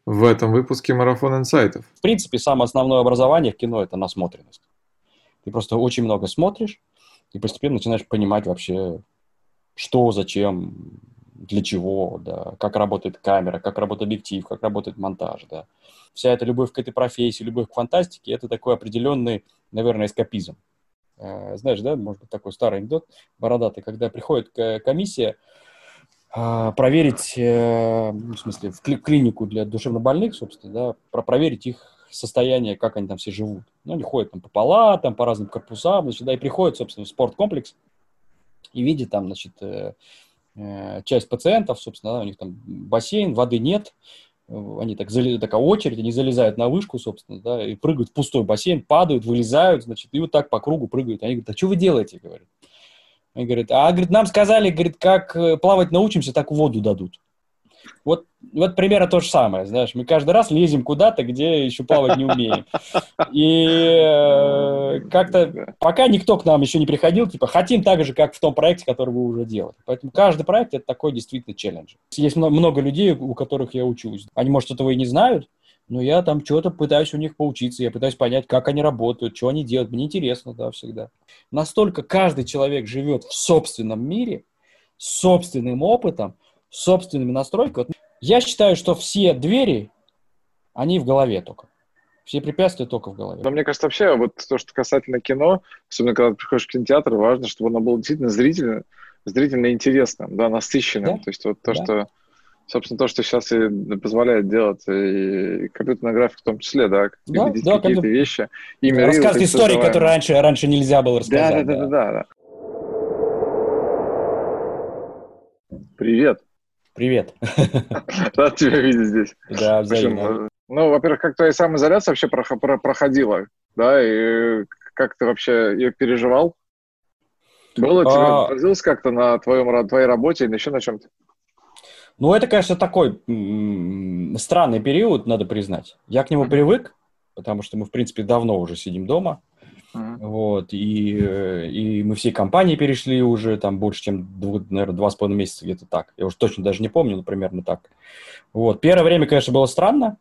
В этом выпуске «Марафон инсайтов». В принципе, самое основное образование в кино – это насмотренность. Ты просто очень много смотришь и постепенно начинаешь понимать вообще, что, зачем, для чего, да, как работает камера, как работает объектив, как работает монтаж, да. Вся эта любовь к этой профессии, любовь к фантастике – это такой определенный, наверное, эскапизм. Знаешь, да, может быть, такой старый анекдот бородатый, когда приходит комиссия проверить, в смысле, в клинику для душевнобольных, собственно, да, проверить их состояние, как они там все живут. Ну, они ходят там по палатам, по разным корпусам, значит, да, и приходят, собственно, в спорткомплекс и видят там, значит, часть пациентов, собственно, да, у них там бассейн, воды нет, они такая очередь, они залезают на вышку, собственно, да, и прыгают в пустой бассейн, падают, вылезают, значит, и вот так по кругу прыгают. Они говорят: а что вы делаете, говорят? Они говорят: говорит, нам сказали, говорит, как плавать научимся, так воду дадут. Вот примерно то же самое, знаешь, мы каждый раз лезем куда-то, где еще плавать не умеем. И как-то пока никто к нам еще не приходил, типа, хотим так же, как в том проекте, который вы уже делали. Поэтому каждый проект – это такой действительно челлендж. Есть много людей, у которых я учусь. Они, может, этого и не знают, но я там что-то пытаюсь у них поучиться, я пытаюсь понять, как они работают, что они делают. Мне интересно, да, всегда. Настолько каждый человек живет в собственном мире, с собственным опытом, с собственными настройками. Вот я считаю, что все двери, они в голове только. Все препятствия только в голове. Но мне кажется, вообще, вот то, что касательно кино, особенно когда ты приходишь в кинотеатр, важно, чтобы оно было действительно зрительно интересным, да, насыщенным. Да? То есть вот то, что, собственно, то, что сейчас и позволяет делать и компьютерная графика в том числе, да, видеть какие-то вещи. И рассказывать истории, которые раньше нельзя было рассказать. Да. Привет. Привет. Рад тебя видеть здесь. Да, взаимно. Ну, во-первых, как твоя самоизоляция вообще проходила, да, и как ты вообще ее переживал? Было тебе отразилось как-то на твоей работе или еще на чем-то? Ну, это, конечно, такой странный период, надо признать. Я к нему привык, потому что мы, в принципе, давно уже сидим дома. Вот, и мы всей компанией перешли уже там больше, чем, наверное, 2,5 месяца, где-то так. Я уже точно даже не помню, но примерно так. Вот, первое время, конечно, было странно,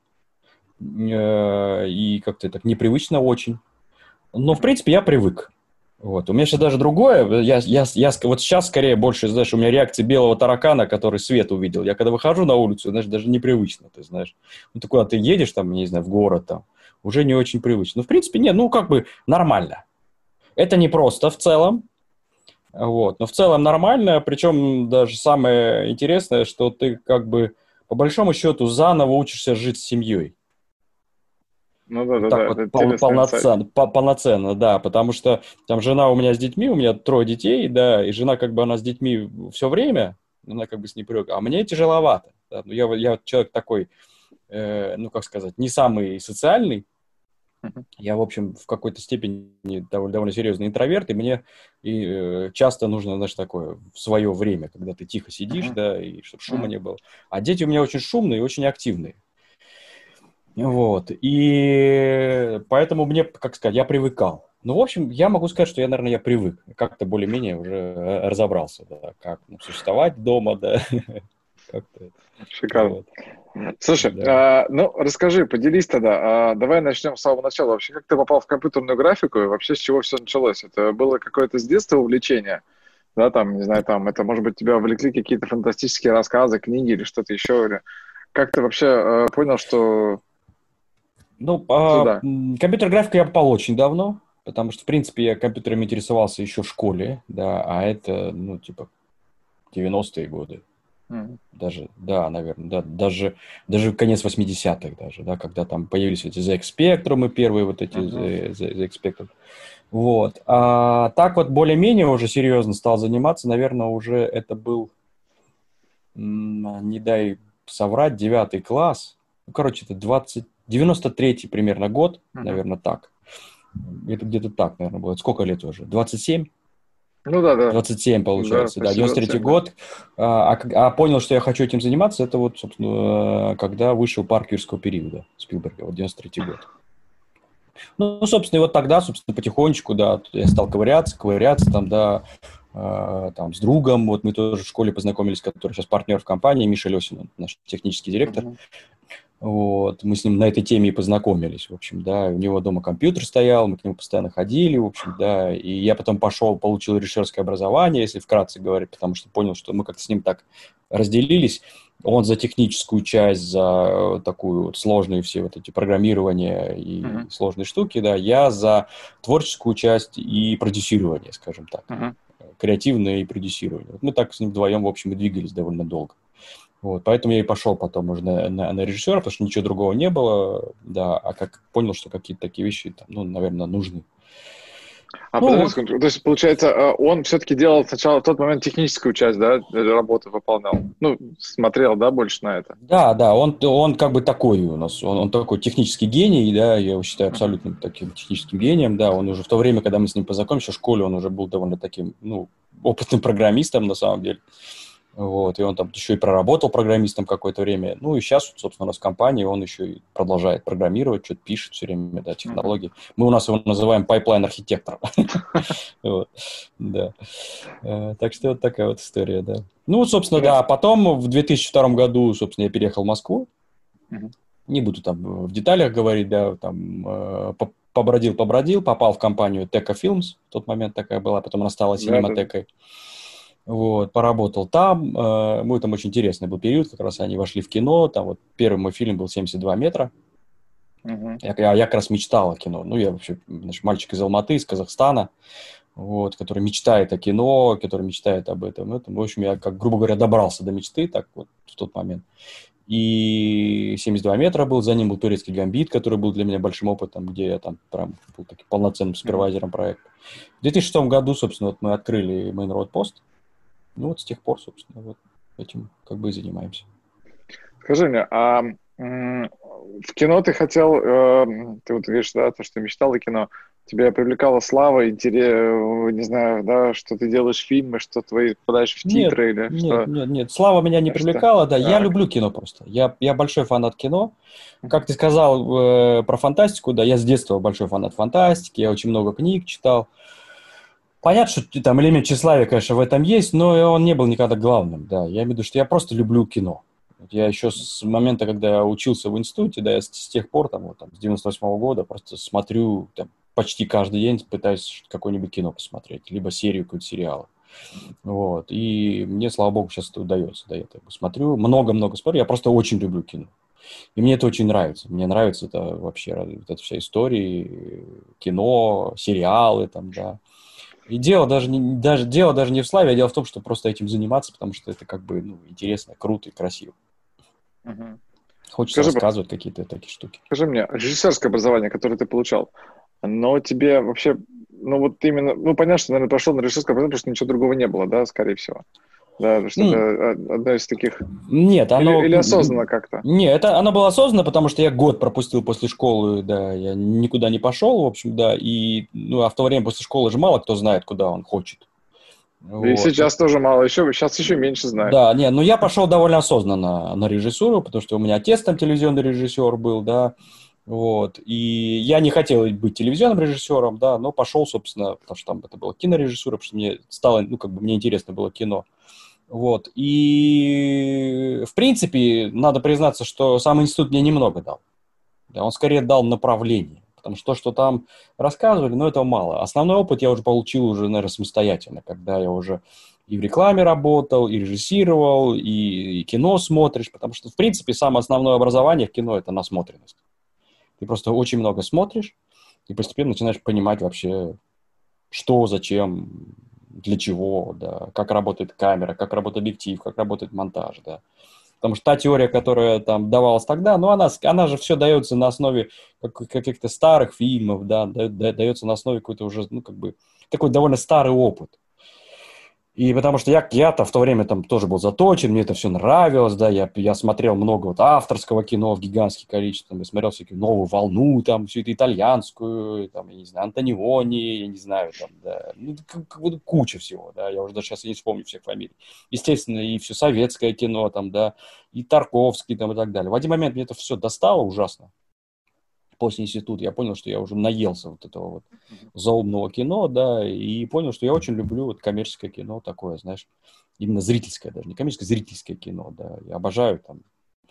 и как-то так непривычно очень. Но, в принципе, я привык. Вот, у меня сейчас даже другое. Я вот сейчас скорее больше, знаешь, у меня реакция белого таракана, который свет увидел. Я когда выхожу на улицу, знаешь, даже непривычно, ты знаешь. Ну, ты куда-то едешь, там, не знаю, в город, там, уже не очень привычно. Ну, в принципе, нет, ну, как бы нормально. Это не просто в целом, вот, но в целом нормально, причем даже самое интересное, что ты как бы по большому счету заново учишься жить с семьей. Ну да, так вот полноценно, да, потому что там жена у меня с детьми, у меня 3 детей, да, и жена как бы она с детьми все время, она как бы с ней привыкла, а мне тяжеловато. Да, я человек такой, ну, как сказать, не самый социальный. Я, в общем, в какой-то степени довольно серьезный интроверт, и мне часто нужно, знаешь, такое в свое время, когда ты тихо сидишь, да, и чтобы шума не было. А дети у меня очень шумные и очень активные. Вот, и поэтому мне, как сказать, я привыкал. Ну, в общем, я могу сказать, что наверное, я привык. Как-то более-менее уже разобрался, да, как существовать дома, да. Шикарно. Вот. Слушай, да. Ну, расскажи, поделись тогда. Давай начнем с самого начала. Вообще, как ты попал в компьютерную графику и вообще с чего все началось? Это было какое-то с детства увлечение? Да, там, не знаю, там, это, может быть, тебя увлекли какие-то фантастические рассказы, книги или что-то еще? Или как ты вообще понял, что... Ну, компьютерная графика я попал очень давно, потому что, в принципе, я компьютерами интересовался еще в школе, да, а это, ну, типа, 90-е годы. Даже, да, наверное, да, даже конец 80-х даже, да, когда там появились эти ZX Spectrum, первые вот эти ZX Spectrum. Вот. А так вот более-менее уже серьезно стал заниматься, наверное, уже это был, не дай соврать, 9 класс. Ну, короче, это 93-й примерно год, наверное, так. Это где-то так, наверное, было. Сколько лет уже? 27? Ну да. 27, получается, да, 93-й год. А понял, что я хочу этим заниматься, это вот, собственно, когда вышел «Парк юрского периода» Спилберга, вот 93-й год. Ну, собственно, и вот тогда, собственно, потихонечку, да, я стал ковыряться, там, да, там, с другом, вот мы тоже в школе познакомились, который сейчас партнер в компании, Миша Лесин, наш технический директор. Вот, мы с ним на этой теме и познакомились, в общем, да, у него дома компьютер стоял, мы к нему постоянно ходили, в общем, да, и я потом пошел, получил режиссерское образование, если вкратце говорить, потому что понял, что мы как-то с ним так разделились, он за техническую часть, за такую вот сложные все вот эти программирования и сложные штуки, да, я за творческую часть и продюсирование, скажем так, креативное и продюсирование. Вот мы так с ним вдвоем, в общем, и двигались довольно долго. Вот, поэтому я и пошел потом уже на режиссера, потому что ничего другого не было, да, а как понял, что какие-то такие вещи, там, ну, наверное, нужны. Подожди секунду, то есть, получается, он все-таки делал сначала в тот момент техническую часть, да, работы выполнял, ну, смотрел, да, больше на это? Да, он как бы такой у нас, он такой технический гений, да, я его считаю абсолютно таким техническим гением, да, он уже в то время, когда мы с ним познакомились в школе, он уже был довольно таким, ну, опытным программистом на самом деле. Вот, и он там еще и проработал программистом какое-то время. Ну, и сейчас, собственно, у нас в компании он еще и продолжает программировать, что-то пишет все время, да, технологии. Мы у нас его называем пайплайн-архитектор. Да. Так что вот такая вот история, да. Ну, собственно, да, потом в 2002 году, собственно, я переехал в Москву. Не буду там в деталях говорить, да, там побродил, попал в компанию Teca Films, в тот момент такая была, потом она стала Синематекой. Вот, поработал там, ну, там очень интересный был период, как раз они вошли в кино, там вот первый мой фильм был «72 метра», я как раз мечтал о кино, ну, я вообще, значит, мальчик из Алматы, из Казахстана, вот, который мечтает о кино, который мечтает об этом, в общем, я, как, грубо говоря, добрался до мечты, так вот, в тот момент. И 72 метра был, за ним был «Турецкий гамбит», который был для меня большим опытом, где я там прям был таким полноценным супервайзером проекта. В 2006 году, собственно, вот мы открыли Main Road Post. Ну, вот с тех пор, собственно, вот этим как бы и занимаемся. Скажи мне, а в кино ты хотел, ты вот говоришь, да, то, что мечтал о кино, тебя привлекала слава, интерес, не знаю, да, что ты делаешь фильмы, что твои попадаешь в титры или что? Нет, слава меня не привлекала, да, я люблю кино просто, я большой фанат кино, как ты сказал про фантастику, да, я с детства большой фанат фантастики, я очень много книг читал. Понятно, что там элемент тщеславия, конечно, в этом есть, но он не был никогда главным, да. Я имею в виду, что я просто люблю кино. Я еще с момента, когда я учился в институте, да, я с тех пор, там, вот, там, с 98-го года просто смотрю там, почти каждый день, пытаюсь какое-нибудь кино посмотреть, либо серию какого-то сериала. Вот. И мне, слава богу, сейчас это удается, да, я так смотрю, много-много смотрю, я просто очень люблю кино. И мне это очень нравится. Мне нравится это вообще, вот эта вся история, кино, сериалы, там, да. И дело даже не в славе, а дело в том, что просто этим заниматься, потому что это как бы интересно, круто и красиво. Хочется рассказывать какие-то такие штуки. Скажи мне, режиссерское образование, которое ты получал, оно тебе вообще, ну вот именно, ну понятно, что, наверное, пошел на режиссерское образование, потому что ничего другого не было, да, скорее всего. Да, что это одно из таких... Нет, оно... Или осознанно как-то? Нет, оно было осознанно, потому что я год пропустил после школы, да, я никуда не пошел, в общем, да, и, ну, а в то время после школы же мало кто знает, куда он хочет. И вот. Сейчас тоже мало, сейчас еще меньше знают. Да, нет, но я пошел довольно осознанно на режиссуру, потому что у меня отец там телевизионный режиссер был, да, вот, и я не хотел быть телевизионным режиссером, да, но пошел, собственно, потому что там это была кинорежиссура, потому что мне стало, ну, как бы мне интересно было кино. Вот, и, в принципе, надо признаться, что сам институт мне немного дал. Да, он скорее дал направление, потому что то, что там рассказывали, ну, этого мало. Основной опыт я уже получил уже, наверное, самостоятельно, когда я уже и в рекламе работал, и режиссировал, и кино смотришь, потому что, в принципе, самое основное образование в кино – это насмотренность. Ты просто очень много смотришь, и постепенно начинаешь понимать вообще, что, зачем, для чего, да, как работает камера, как работает объектив, как работает монтаж, да. Потому что та теория, которая там давалась тогда, ну, она же все дается на основе каких-то старых фильмов, да, дается на основе какой-то уже, ну, как бы, такой довольно старый опыт. И потому что я-то в то время там тоже был заточен, мне это все нравилось, да, я смотрел много вот авторского кино в гигантских количествах, я смотрел всякие «Новую волну», там, всю эту итальянскую, там, я не знаю, Антониони, я не знаю, там, да, ну, как будто куча всего, да, я уже даже сейчас и не вспомню всех фамилий. Естественно, и все советское кино, там, да, и Тарковский, там, и так далее. В один момент мне это все достало ужасно. После института я понял, что я уже наелся вот этого вот заумного кино, да, и понял, что я очень люблю вот коммерческое кино такое, знаешь, именно зрительское даже, не коммерческое, зрительское кино, да, я обожаю там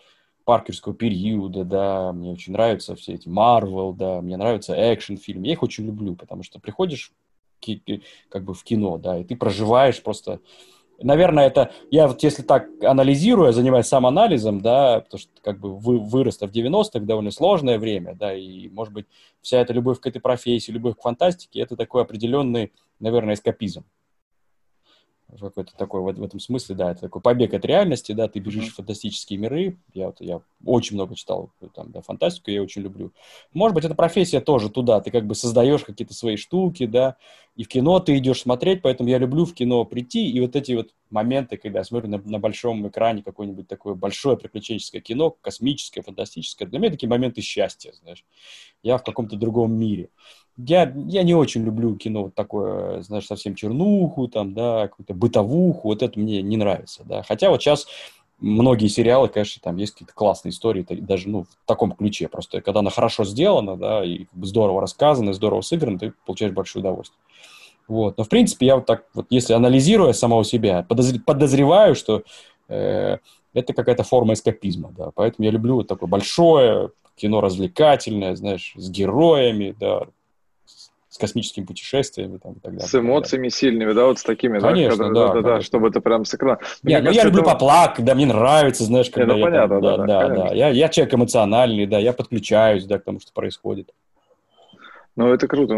паркерского периода, да, мне очень нравятся все эти Marvel, да, мне нравятся экшн-фильмы, я их очень люблю, потому что приходишь как бы в кино, да, и ты проживаешь просто... Наверное, это, я вот если так анализирую, я занимаюсь самоанализом, да, потому что как бы вырос в 90-х, довольно сложное время, да, и, может быть, вся эта любовь к этой профессии, любовь к фантастике, это такой определенный, наверное, эскапизм. Какой-то такой в этом смысле, да, это такой побег от реальности, да, ты бежишь в фантастические миры, я очень много читал там, да, фантастику, я очень люблю. Может быть, эта профессия тоже туда, ты как бы создаешь какие-то свои штуки, да, и в кино ты идешь смотреть, поэтому я люблю в кино прийти, и вот эти вот моменты, когда я смотрю на большом экране какое-нибудь такое большое приключенческое кино, космическое, фантастическое, для меня такие моменты счастья, знаешь, я в каком-то другом мире. Я не очень люблю кино вот такое, знаешь, совсем чернуху, там, да, какую-то бытовуху, вот это мне не нравится, да. Хотя вот сейчас многие сериалы, конечно, там есть какие-то классные истории, даже, ну, в таком ключе, просто когда она хорошо сделана, да, и как бы здорово рассказана, здорово сыграна, ты получаешь большое удовольствие. Вот, но, в принципе, я вот так вот, если анализируя самого себя, подозреваю, что это какая-то форма эскапизма, да, поэтому я люблю вот такое большое кино развлекательное, знаешь, с героями, да, с космическими путешествиями там, и так далее. С эмоциями сильными, да, вот с такими, конечно, да, да, конечно. чтобы это прям с экрана. Не, ну я люблю поплакать, да, мне нравится, знаешь, когда ну, я понятно, там, да, я человек эмоциональный, да, я подключаюсь, да, к тому, что происходит. Ну, это круто,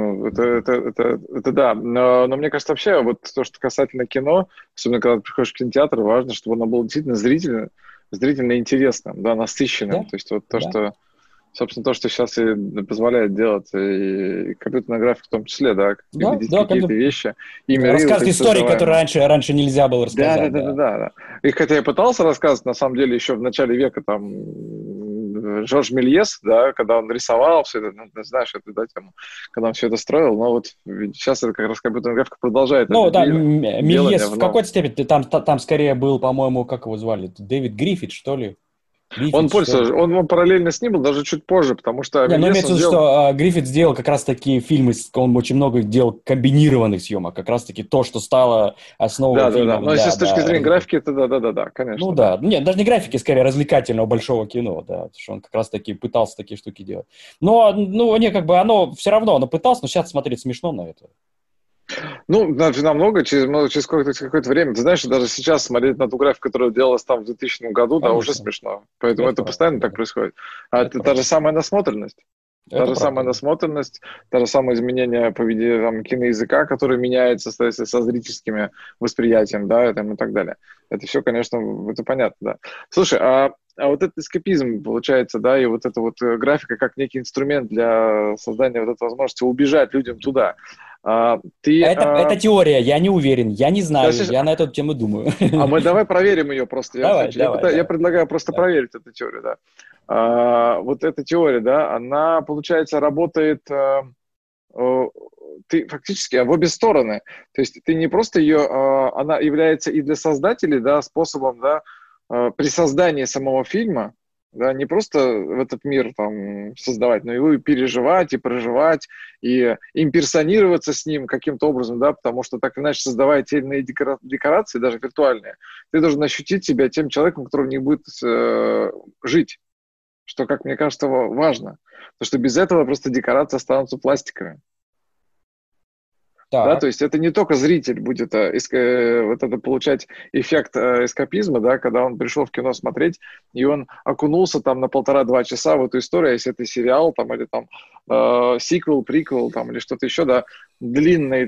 это да. Но мне кажется, вообще, вот то, что касательно кино, особенно когда ты приходишь в кинотеатр, важно, чтобы оно было действительно зрительно интересным, да, насыщенным. Да, То есть вот то, да. что, собственно, то, что сейчас и позволяет делать и компьютерная графика в том числе, да, видеть какие-то вещи, и миры рассказывать вот истории, которые раньше нельзя было рассказать. Да. И хотя я пытался рассказывать, на самом деле, еще в начале века, там, Жорж Мельес, да, когда он рисовал все это, ну, знаешь, эту, да, тему, когда он все это строил, но вот сейчас это как раз компьютерная графика продолжает Ну, это да, делание Мельес в какой-то степени, там скорее был, по-моему, как его звали, Дэвид Гриффит, что ли? Он пользовался, он параллельно с ним был даже чуть позже, потому что Не, ну Мельес имеется в виду, что Гриффит сделал как раз такие фильмы, он очень много делал комбинированных съемок, как раз таки то, что стало основой фильмов. Да. Но если с точки зрения графики, это да, конечно. Ну да, нет, даже не графики, скорее развлекательного большого кино, да, потому что он как раз таки пытался такие штуки делать. Но, ну, не, как бы оно все равно, оно пыталось, но сейчас смотреть смешно на это. Ну, намного, через какое-то время. Ты знаешь, даже сейчас смотреть на ту графику, которая делалась там в 2000 году, Конечно. да, уже смешно. Поэтому это постоянно так происходит. А это та же самая насмотренность. Та же самая насмотренность, та же самое изменение поведения там, киноязыка, который меняется со зрительским восприятием, да, там, и так далее. Это все, конечно, это понятно, да. Слушай, а вот этот эскапизм, получается, да, и вот эта вот графика как некий инструмент для создания вот этой возможности убежать людям туда. Это теория, я не уверен, я не знаю, я на эту тему думаю. А мы давай проверим ее просто. Давай. Я предлагаю просто проверить эту теорию, да. Вот эта теория, да, она, получается, работает ты фактически в обе стороны. То есть ты не просто она является и для создателей, да, способом, да, при создании самого фильма, да, не просто в этот мир там создавать, но его и переживать, и проживать, и имперсонироваться с ним каким-то образом, да, потому что так или иначе, создавая те или иные декорации, даже виртуальные, ты должен ощутить себя тем человеком, который в них будет жить, что, как мне кажется, важно, потому что без этого просто декорации останутся пластиковыми. Да, то есть это не только зритель будет вот это получать эффект эскапизма, да, когда он пришел в кино смотреть, и он окунулся там на 1,5-2 часа в эту историю, если это сериал там, или там сиквел, приквел там, или что-то еще, да, длинное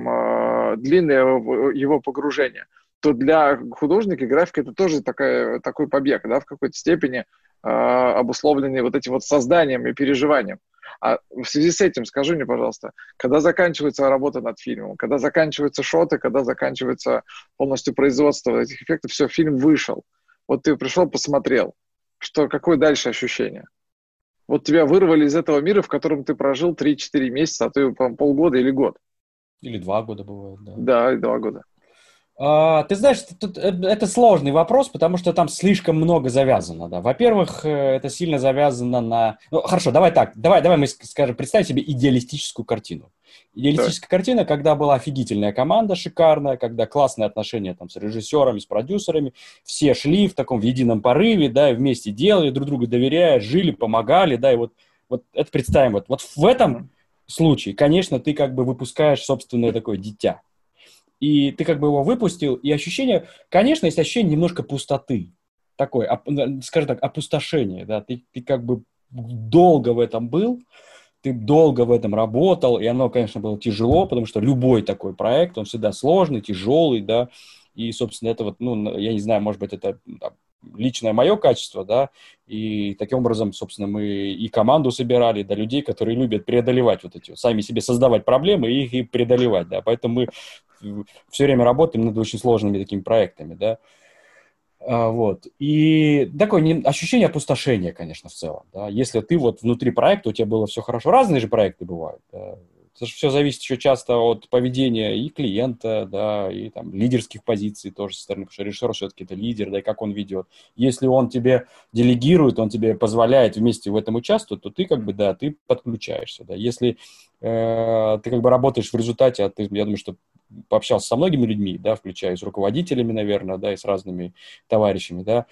его погружение, то для художника графика это тоже такой побег, да, в какой-то степени обусловленный вот этим вот созданием и переживанием. А в связи с этим скажи мне, пожалуйста, когда заканчивается работа над фильмом, когда заканчиваются шоты, когда заканчивается полностью производство этих эффектов, все, фильм вышел. Вот ты пришел, посмотрел. Какое дальше ощущение? Вот тебя вырвали из этого мира, в котором ты прожил 3-4 месяца, а то и полгода или год. Или 2 года бывает, да. Да, и 2 года. Ты знаешь, тут это сложный вопрос, потому что там слишком много завязано, да. Во-первых, это сильно завязано на... Ну, хорошо, давай так, давай мы скажем, представь себе идеалистическую картину. Так. Идеалистическая картина, когда была офигительная команда, шикарная, когда классные отношения там с режиссерами, с продюсерами, все шли в таком в едином порыве, да, и вместе делали, друг другу доверяя, жили, помогали, да, и вот это представим, вот в этом случае, конечно, ты как бы выпускаешь собственное такое дитя. И ты как бы его выпустил, и ощущение, конечно, есть ощущение немножко пустоты, такое, скажем так, опустошение, да, ты как бы долго в этом был, ты долго в этом работал, и оно, конечно, было тяжело, потому что любой такой проект, он всегда сложный, тяжелый, да, и, собственно, это вот, ну, я не знаю, может быть, это личное мое качество, да, и таким образом, собственно, мы и команду собирали, да, людей, которые любят преодолевать вот эти, сами себе создавать проблемы и их и преодолевать, да, поэтому мы все время работаем над очень сложными такими проектами, да. Вот. И такое ощущение опустошения, конечно, в целом. Да? Если ты вот внутри проекта, у тебя было все хорошо. Разные же проекты бывают. Да? Это же все зависит еще часто от поведения и клиента, да, и там лидерских позиций тоже со стороны, потому что режиссер все-таки это лидер, да, и как он ведет. Если он тебе делегирует, он тебе позволяет вместе в этом участвовать, то ты как бы, да, ты подключаешься, да. Если ты как бы работаешь в результате, я думаю, что пообщался со многими людьми, да, включая с руководителями, наверное, да, и с разными товарищами, да,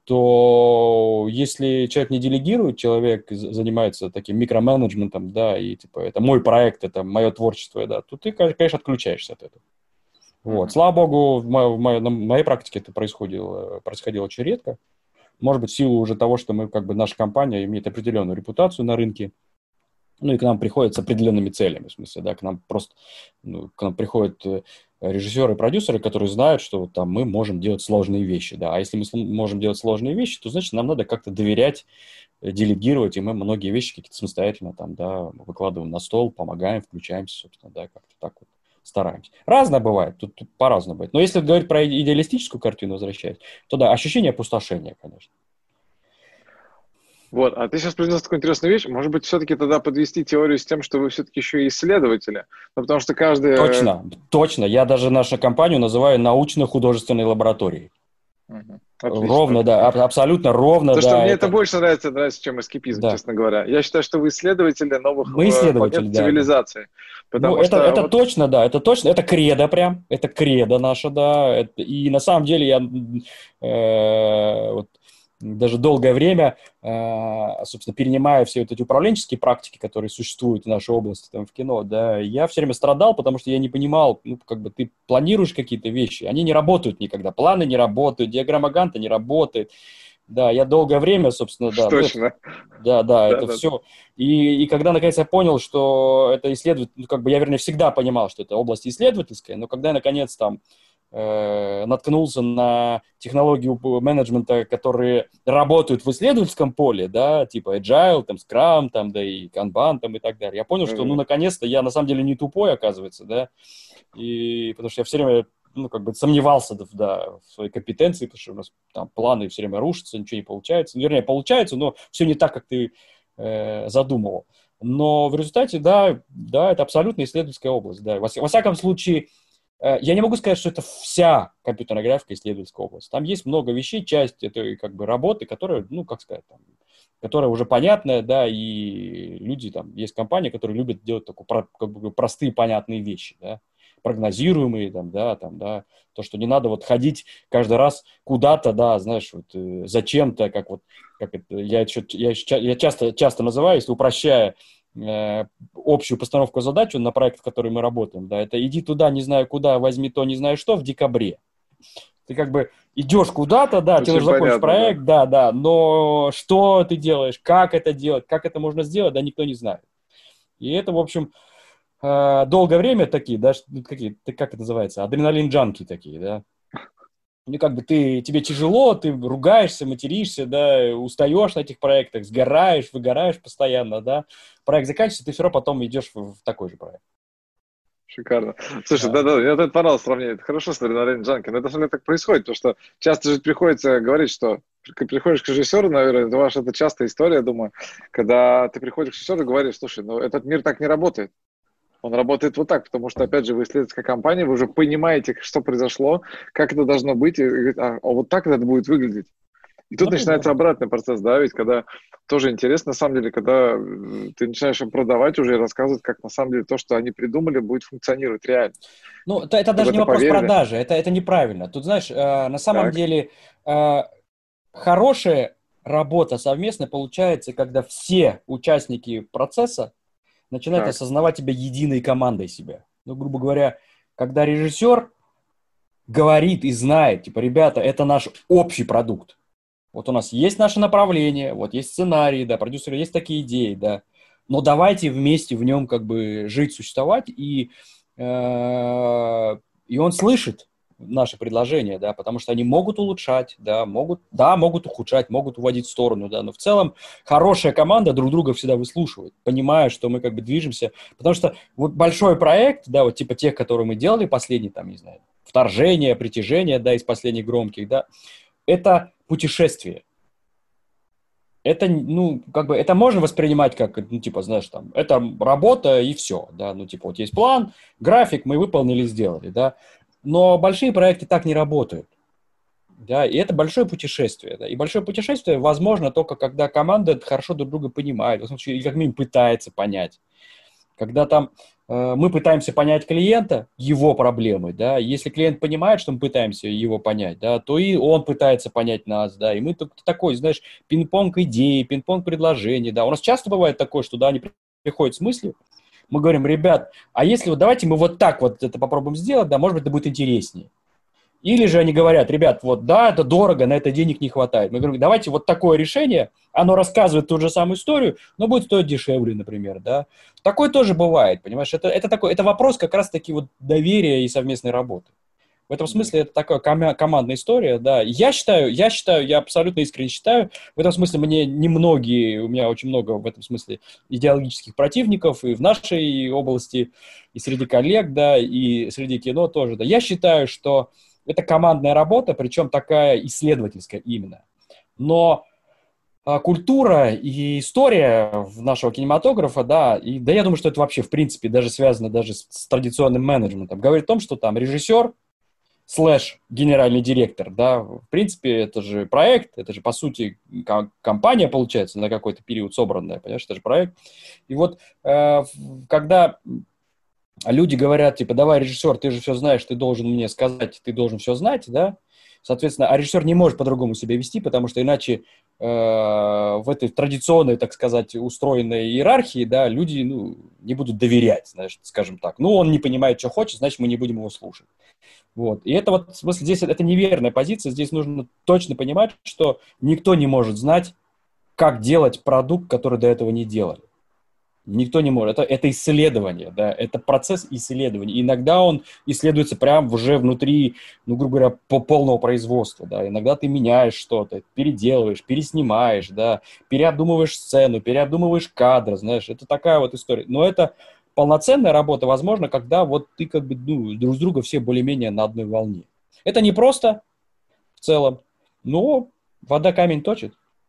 то если человек не делегирует, человек занимается таким микроменеджментом, да, и типа это мой проект, это мое творчество, да, то ты, конечно, отключаешься от этого. Вот. Слава богу, на моей практике это происходило очень редко. Может быть, в силу уже того, что мы, как бы, наша компания имеет определенную репутацию на рынке, ну и к нам приходят с определенными целями, в смысле, да, к нам приходят режиссеры и продюсеры, которые знают, что там мы можем делать сложные вещи, да, а если мы можем делать сложные вещи, то, значит, нам надо как-то доверять, делегировать, и мы многие вещи какие-то самостоятельно там, да, выкладываем на стол, помогаем, включаемся, собственно, да, как-то так вот стараемся. Разное бывает, тут по-разному бывает. Но если говорить про идеалистическую картину, возвращаясь, то да, ощущение опустошения, конечно. Вот, а ты сейчас произнес такую интересную вещь. Может быть, все-таки тогда подвести теорию с тем, что вы все-таки еще и исследователи? Ну, потому что каждый... Точно. Я даже нашу компанию называю научно-художественной лабораторией. Отлично. Ровно, да, абсолютно ровно, потому да. что мне это больше нравится, чем эскепизм, да. Честно говоря. Я считаю, что вы исследователи новых планет Да. цивилизации. Ну, это точно, да, это точно, это кредо прям, это кредо наше, да, и на самом деле я вот даже долгое время, собственно, перенимая все вот эти управленческие практики, которые существуют в нашей области, там, в кино, да, я все время страдал, потому что я не понимал, ну, как бы ты планируешь какие-то вещи, они не работают никогда, планы не работают, диаграмма Ганта не работает, да, я долгое время, собственно, да. Точно. Это все. И когда, наконец, я понял, что это исследователь, ну, как бы я, вернее, всегда понимал, что это область исследовательская, но когда я, наконец, там, наткнулся на технологию менеджмента, которые работают в исследовательском поле, да, типа Agile, там, Scrum, там, да, и Kanban, там, и так далее. Я понял, что, ну, наконец-то я, на самом деле, не тупой, оказывается, да, и потому что я все время, ну, как бы сомневался, да, в своей компетенции, потому что у нас там планы все время рушатся, ничего не получается. Вернее, получается, но все не так, как ты задумывал. Но в результате, да, это абсолютно исследовательская область, да. Во всяком случае, я не могу сказать, что это вся компьютерная графика исследовательская область. Там есть много вещей, часть этой как бы работы, которая, ну, как сказать, там, которая уже понятная, да, и люди там, есть компании, которые любят делать такие как бы простые, понятные вещи, да, прогнозируемые, там, да, то, что не надо вот ходить каждый раз куда-то, да, знаешь, вот зачем-то, как это, я часто называю, если упрощая общую постановку задач на проект, в который мы работаем, да, это иди туда, не знаю куда, возьми то, не знаю что, в декабре. Ты как бы идешь куда-то, да, тебе нужно закончить проект, да, но что ты делаешь, как это делать, как это можно сделать, да, никто не знает. И это, в общем, долгое время такие, да, как это называется, адреналин-джанки такие, да. Ну, как бы тебе тяжело, ты ругаешься, материшься, да, устаешь на этих проектах, сгораешь, выгораешь постоянно, да. Проект заканчивается, ты все равно потом идешь в такой же проект. Шикарно. Слушай, да, мне это понравилось сравнение. Это хорошо с адреналин джанки, но это же так происходит, потому что часто же приходится говорить, что приходишь к режиссеру, наверное, это частая история, думаю, когда ты приходишь к режиссеру и говоришь, слушай, ну этот мир так не работает. Он работает вот так, потому что, опять же, вы исследовательская компания, вы уже понимаете, что произошло, как это должно быть, и говорите, а вот так это будет выглядеть. И тут начинается обратный процесс, да, ведь когда тоже интересно, на самом деле, когда ты начинаешь им продавать уже и рассказывать, как на самом деле то, что они придумали, будет функционировать реально. Ну, это даже не вопрос продажи, это неправильно. Тут, знаешь, на самом деле хорошая работа совместно получается, когда все участники процесса начинают осознавать тебя единой командой себя. Ну, грубо говоря, когда режиссер говорит и знает, типа, ребята, это наш общий продукт. Вот у нас есть наше направление, вот есть сценарий, да, продюсеры, есть такие идеи, да. Но давайте вместе в нем как бы жить, существовать, и он слышит наши предложения, да, потому что они могут улучшать, да, могут ухудшать, могут уводить в сторону, да, но в целом хорошая команда друг друга всегда выслушивает, понимая, что мы как бы движемся, потому что вот большой проект, да, вот типа тех, которые мы делали последний, там, не знаю, «Вторжение», «Притяжение», да, из последних громких, да, это путешествие. Это, ну, как бы, это можно воспринимать как, ну, типа, знаешь, там, это работа и все, да, ну, типа, вот есть план, график, мы выполнили, сделали, да, но большие проекты так не работают, да, и это большое путешествие, да, и большое путешествие возможно только когда команда хорошо друг друга понимает, в случае, или как минимум пытается понять, когда там мы пытаемся понять клиента, его проблемы, да, если клиент понимает, что мы пытаемся его понять, да, то и он пытается понять нас, да, и мы такой, знаешь, пинг-понг идеи, пинг-понг предложений, да, у нас часто бывает такое, что, да, они приходят с мыслью, мы говорим, ребят, а если вот давайте мы вот так вот это попробуем сделать, да, может быть, это будет интереснее. Или же они говорят, ребят, вот да, это дорого, на это денег не хватает. Мы говорим, давайте вот такое решение, оно рассказывает ту же самую историю, но будет стоить дешевле, например, да. Такое тоже бывает, понимаешь, это вопрос как раз-таки вот доверия и совместной работы. В этом смысле это такая командная история, да. Я абсолютно искренне считаю, в этом смысле у меня очень много в этом смысле идеологических противников и в нашей области, и среди коллег, да, и среди кино тоже, да. Я считаю, что это командная работа, причем такая исследовательская именно. Но культура и история нашего кинематографа, да, я думаю, что это вообще, в принципе, даже связано даже с традиционным менеджментом, говорит о том, что там режиссер / генеральный директор, да, в принципе, это же проект, это же, по сути, компания, получается, на какой-то период собранная, понимаешь, это же проект. И вот когда люди говорят, типа, давай, режиссер, ты же все знаешь, ты должен мне сказать, ты должен все знать, да, соответственно, а режиссер не может по-другому себя вести, потому что иначе в этой традиционной, так сказать, устроенной иерархии, да, люди, ну, не будут доверять, знаешь, скажем так. Ну, он не понимает, что хочет, значит, мы не будем его слушать. Вот. И это вот, в смысле, здесь это неверная позиция, здесь нужно точно понимать, что никто не может знать, как делать продукт, который до этого не делали. Никто не может. Это исследование, да, это процесс исследования. Иногда он исследуется прямо уже внутри, ну, грубо говоря, по полного производства, да. Иногда ты меняешь что-то, переделываешь, переснимаешь, да, переобдумываешь сцену, переобдумываешь кадры, знаешь, это такая вот история. Но это полноценная работа, возможно, когда вот ты как бы, ну, друг с другом все более-менее на одной волне. Это не просто в целом, но вода камень точит.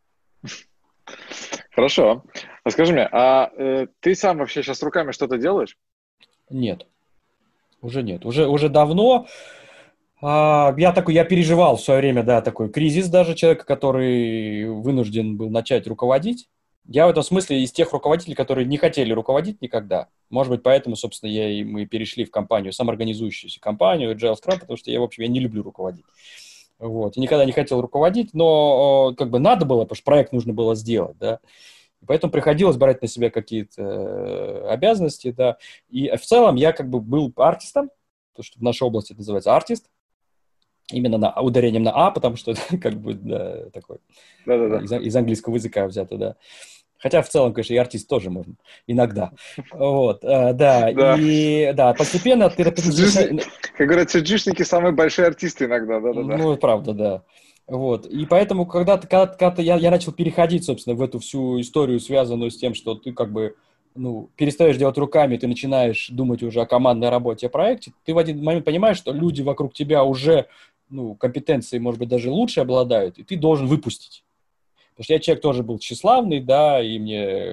Хорошо. А скажи мне, ты сам вообще сейчас руками что-то делаешь? Нет. Уже нет. Уже давно. Я переживал в свое время, да, такой кризис даже человека, который вынужден был начать руководить. Я в этом смысле из тех руководителей, которые не хотели руководить никогда. Может быть, поэтому, собственно, мы перешли в компанию, самоорганизующуюся компанию Agile Scrum, потому что я не люблю руководить. Вот. И никогда не хотел руководить, но как бы надо было, потому что проект нужно было сделать, да. И поэтому приходилось брать на себя какие-то обязанности, да. И в целом я как бы был артистом, то, что в нашей области это называется артист, именно ударением на «а», потому что это как бы, да, такой из английского языка взято, да. Хотя в целом, конечно, и артист тоже можно иногда. Вот, да. И да, постепенно ты... Как говорят, сиджишники самые большие артисты иногда, да. Ну, правда, да. Вот. И поэтому, когда я начал переходить, собственно, в эту всю историю, связанную с тем, что ты как бы, ну, перестаешь делать руками, ты начинаешь думать уже о командной работе, о проекте, ты в один момент понимаешь, что люди вокруг тебя уже, ну, компетенции, может быть, даже лучше обладают, и ты должен выпустить. Потому что я человек тоже был тщеславный, да, и мне вот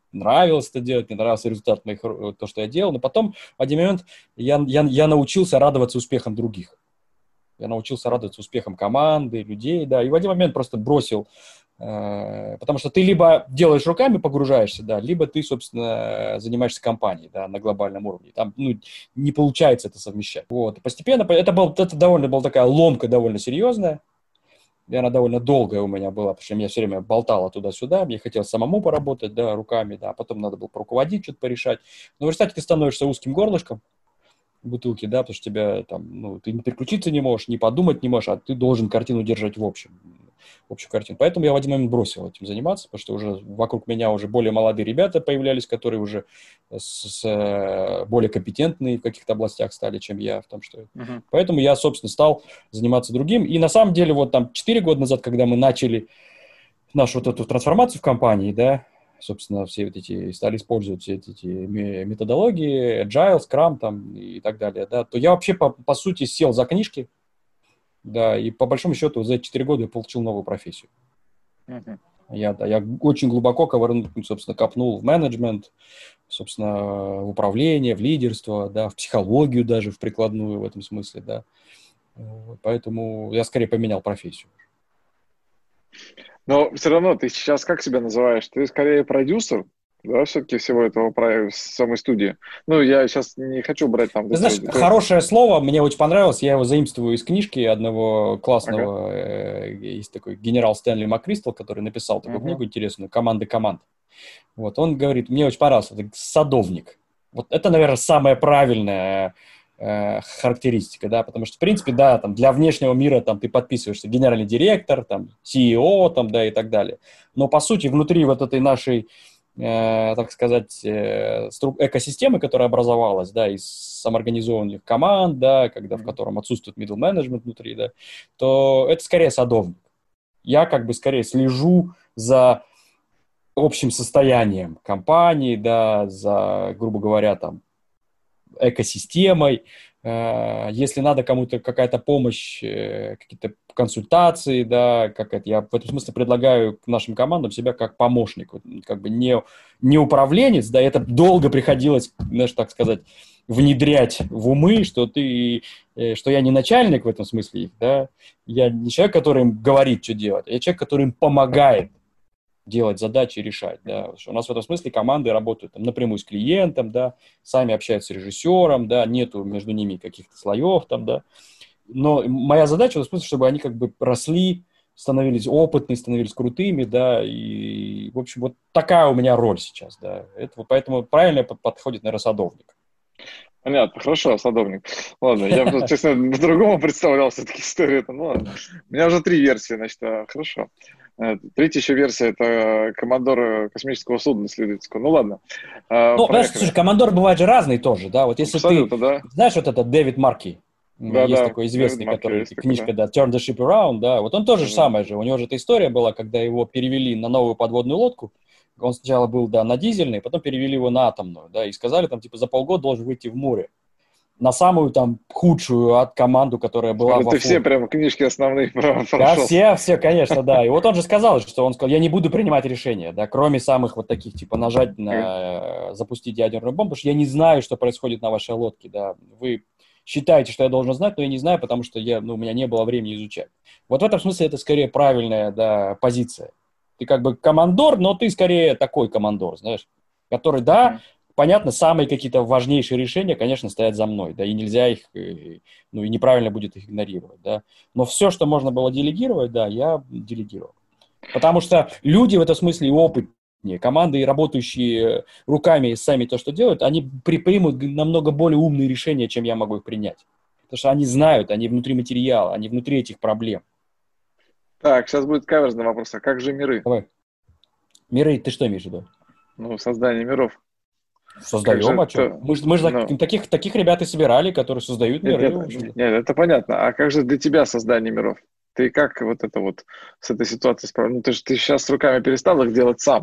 нравилось это делать, мне нравился результат моих, то, что я делал, но потом в один момент я научился радоваться успехам других. Я научился радоваться успехам команды, людей, да, и в один момент просто бросил, потому что ты либо делаешь руками, погружаешься, да, либо ты, собственно, занимаешься компанией, да, на глобальном уровне. Там, не получается это совмещать. Вот, и постепенно, это довольно была такая ломка довольно серьезная, и она довольно долгая у меня была, потому что меня все время болтало туда-сюда, мне хотелось самому поработать, да, руками, да, а потом надо было поруководить, что-то порешать. Но в результате ты становишься узким горлышком бутылки, да, потому что тебя там, ты не переключиться не можешь, не подумать не можешь, а ты должен картину держать общую картину. Поэтому я в один момент бросил этим заниматься, потому что уже вокруг меня уже более молодые ребята появлялись, которые уже более компетентные в каких-то областях стали, чем я в том, что... Поэтому я, собственно, стал заниматься другим. И на самом деле вот там 4 года назад, когда мы начали нашу вот эту трансформацию в компании, да, собственно, все вот эти, стали использовать все эти методологии, Agile, Scrum там и так далее, да, то я вообще, по сути, сел за книжки, да, и по большому счету за 4 года я получил новую профессию. Я очень глубоко, собственно, копнул в менеджмент, собственно, в управление, в лидерство, да, в психологию даже, в прикладную в этом смысле, да. Поэтому я скорее поменял профессию. Но все равно ты сейчас как себя называешь? Ты скорее продюсер, да, все-таки всего этого самой студии. Ну, я сейчас не хочу брать там... Ты знаешь, хорошее слово, мне очень понравилось, я его заимствую из книжки одного классного, есть такой генерал Стэнли МакКристал, который написал такую книгу интересную «Команды команд». Вот, он говорит, мне очень понравился, это садовник. Вот это, наверное, самая правильная характеристика, да, потому что, в принципе, да, там, для внешнего мира там, ты подписываешься генеральный директор, там, CEO, там, да, и так далее. Но, по сути, внутри вот этой нашей, так сказать, экосистемы, которая образовалась, да, из самоорганизованных команд, да, в котором отсутствует middle management внутри, да, то это скорее садовник. Я как бы скорее слежу за общим состоянием компании, да, за, грубо говоря, там, экосистемой. Если надо кому-то какая-то помощь, какие-то консультации, да, я в этом смысле предлагаю к нашим командам себя как помощник, как бы не управленец, да, это долго приходилось, знаешь, так сказать, внедрять в умы, что я не начальник в этом смысле, да, я не человек, который им говорит, что делать, а я человек, который им помогает делать задачи и решать, да. У нас в этом смысле команды работают там, напрямую с клиентом, да, сами общаются с режиссером, да, нету между ними каких-то слоев там, да. Но моя задача в этом смысле, чтобы они как бы росли, становились опытными, становились крутыми, да, и, в общем, вот такая у меня роль сейчас, да. Поэтому правильно подходит, наверное, садовник. Понятно, хорошо, садовник. Ладно, я, честно, по-другому представлял все-таки историю. Ну, ладно. У меня уже 3 версии, значит, хорошо. Третья еще версия – это командор космического судна исследовательского. Ну, ладно. Ну, слушай, командор бывает же разный тоже, да? Вот если абсолютно, ты, да. Знаешь, вот этот Дэвид Марки, да, есть да, такой известный, который, книжка, да. Turn the Ship Around, да, вот он тоже же самое же, у него же эта история была, когда его перевели на новую подводную лодку, он сначала был, да, на дизельной, потом перевели его на атомную, да, и сказали, там, типа, за полгода должен выйти в море. На самую там худшую команду, которая была во флоте. Ты все прям книжки основные прошел. Да, все, конечно, да. И вот он же сказал, я не буду принимать решения, да, кроме самых вот таких, типа, нажать на запустить ядерную бомбу, потому что я не знаю, что происходит на вашей лодке, да. Вы считаете, что я должен знать, но я не знаю, потому что у меня не было времени изучать. Вот в этом смысле это скорее правильная, да, позиция. Ты как бы командор, но ты скорее такой командор, знаешь, который, да, понятно, самые какие-то важнейшие решения, конечно, стоят за мной, да, и нельзя их, и неправильно будет их игнорировать, да. Но все, что можно было делегировать, да, я делегировал. Потому что люди в этом смысле опытнее, команды, работающие руками сами то, что делают, они примут намного более умные решения, чем я могу их принять. Потому что они знают, они внутри материала, они внутри этих проблем. Так, сейчас будет каверзный вопрос. А как же миры? Давай. Миры, ты что имеешь в виду? Ну, создание миров. Создаем, а что? Мы же таких ребят и собирали, которые создают миры. Нет, это понятно. А как же для тебя создание миров? Ты как вот это вот с этой ситуацией справился? Ну, ты сейчас с руками перестал их делать сам.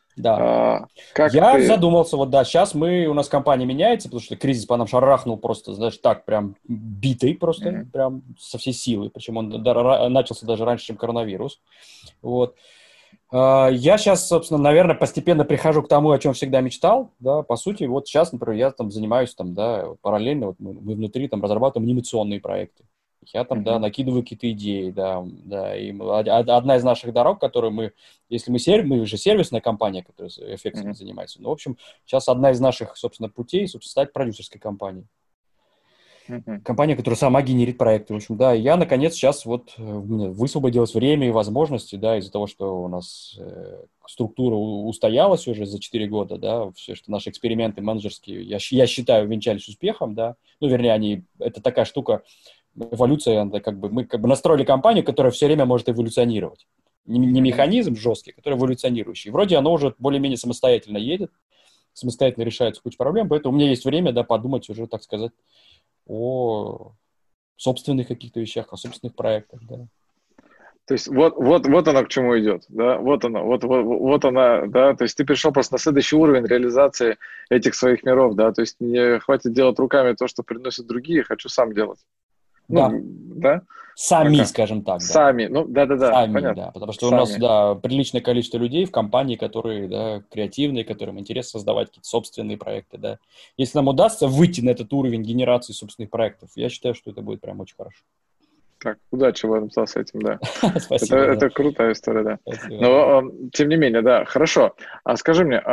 Да. Я задумался, вот да, сейчас у нас компания меняется, потому что кризис по нам шарахнул просто, знаешь, так прям битый просто, прям со всей силы. Причем он начался даже раньше, чем коронавирус. Вот. Я сейчас, собственно, наверное, постепенно прихожу к тому, о чем всегда мечтал, да, по сути, вот сейчас, например, я там занимаюсь там, да, параллельно, вот мы внутри там разрабатываем анимационные проекты. Я там, да, накидываю какие-то идеи, да, и одна из наших дорог, которую мы, если мы же сервисная компания, которая эффектами занимается, ну, в общем, сейчас одна из наших, собственно, путей, собственно, стать продюсерской компанией. Компания, которая сама генерит проекты, в общем, да, и я, наконец, сейчас вот высвободилось время и возможности, да, из-за того, что у нас структура устоялась уже за 4 года, да, все, что наши эксперименты менеджерские, я считаю, венчались успехом, да, ну, вернее, это такая штука, эволюция, мы как бы настроили компанию, которая все время может эволюционировать. Не механизм жесткий, который эволюционирующий. Вроде оно уже более-менее самостоятельно едет, самостоятельно решается куча проблем, поэтому у меня есть время, да, подумать уже, так сказать, о собственных каких-то вещах, о собственных проектах, да. То есть вот оно к чему идет, да, вот она, да, то есть ты пришел просто на следующий уровень реализации этих своих миров, да, то есть не хватит делать руками то, что приносят другие, хочу сам делать. Да. Ну, да? Сами, Пока. скажем так. Сами, да. ну, да-да-да, Сами, понятно. да, потому что Сами. у нас, да, приличное количество людей в компании, которые, да, креативные, которым интересно создавать какие-то собственные проекты, да. Если нам удастся выйти на этот уровень генерации собственных проектов, я считаю, что это будет прям очень хорошо. Так, удачи вам с этим, да. Спасибо. Это крутая история, да. Спасибо. Но, тем не менее, да, хорошо. А скажи мне,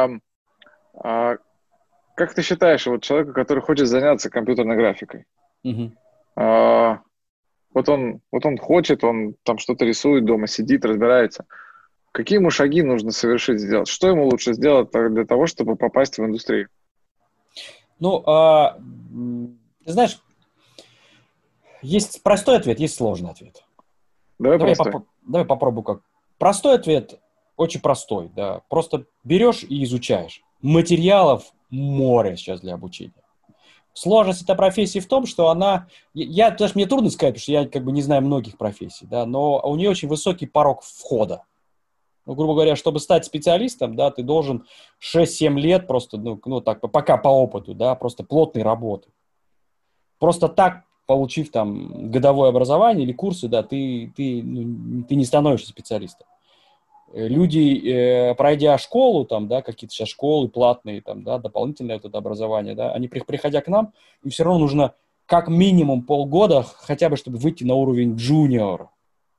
как ты считаешь, вот человеку, который хочет заняться компьютерной графикой, вот он хочет, он там что-то рисует дома, сидит, разбирается. Какие ему шаги нужно совершить, сделать? Что ему лучше сделать для того, чтобы попасть в индустрию? Ну, ты знаешь, есть простой ответ, есть сложный ответ. Давай попробую как. Простой ответ очень простой, да. Просто берешь и изучаешь. Материалов море сейчас для обучения. Сложность этой профессии в том, что она... Даже мне трудно сказать, потому что я как бы не знаю многих профессий, да, но у нее очень высокий порог входа. Ну, грубо говоря, чтобы стать специалистом, да, ты должен 6-7 лет просто, ну так, пока по опыту, да, просто плотной работы. Просто так, получив там годовое образование или курсы, да, ты не становишься специалистом. Люди, пройдя школу, там, да, какие-то сейчас школы платные, там, да, дополнительное вот это образование, да, они, приходя к нам, им все равно нужно как минимум полгода, хотя бы, чтобы выйти на уровень джуниор.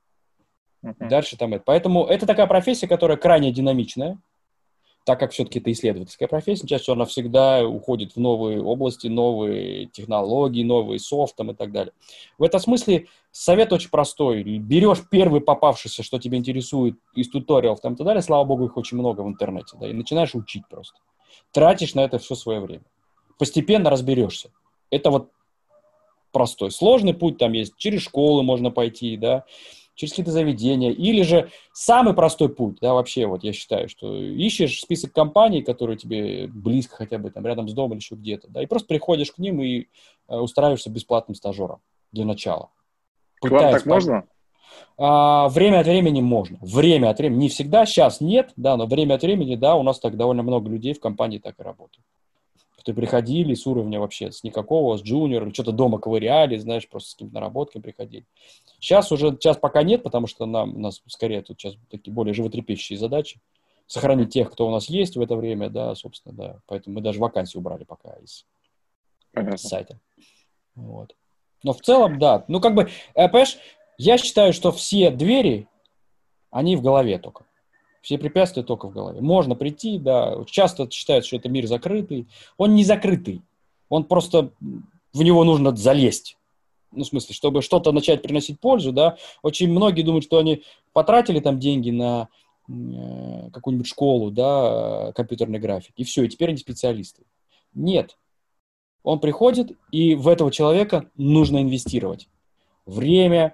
Дальше там это. Поэтому это такая профессия, которая крайне динамичная, так как все-таки это исследовательская профессия, чаще всего она всегда уходит в новые области, новые технологии, новые софт и так далее. В этом смысле совет очень простой. Берешь первый попавшийся, что тебя интересует, из туториалов там и так далее, слава богу, их очень много в интернете, да, и начинаешь учить просто. Тратишь на это все свое время. Постепенно разберешься. Это вот простой. Сложный путь там есть. Через школы можно пойти, да, через какие-то заведения, или же самый простой путь, да, вообще, вот я считаю, что ищешь список компаний, которые тебе близко хотя бы там рядом с домом или еще где-то, да, и просто приходишь к ним и устраиваешься бесплатным стажером для начала. К вам так можно? Время от времени можно. Время от времени. Не всегда, сейчас нет, да, но время от времени, да, у нас так довольно много людей в компании так и работают. Которые приходили с уровня вообще, с никакого, с джуниора, что-то дома ковыряли, знаешь, просто с какими-то наработками приходили. Сейчас пока нет, потому что у нас скорее тут сейчас такие более животрепещущие задачи. Сохранить тех, кто у нас есть в это время, да, собственно, да. Поэтому мы даже вакансии убрали пока из сайта. Вот. Но в целом, да. Ну, как бы, понимаешь, я считаю, что все двери, они в голове только. Все препятствия только в голове. Можно прийти, да. Часто считают, что это мир закрытый. Он не закрытый. Он просто... В него нужно залезть. Ну, в смысле, чтобы что-то начать приносить пользу, да. Очень многие думают, что они потратили там деньги на какую-нибудь школу, да, компьютерной графики, и все, и теперь они специалисты. Нет. Он приходит, и в этого человека нужно инвестировать. Время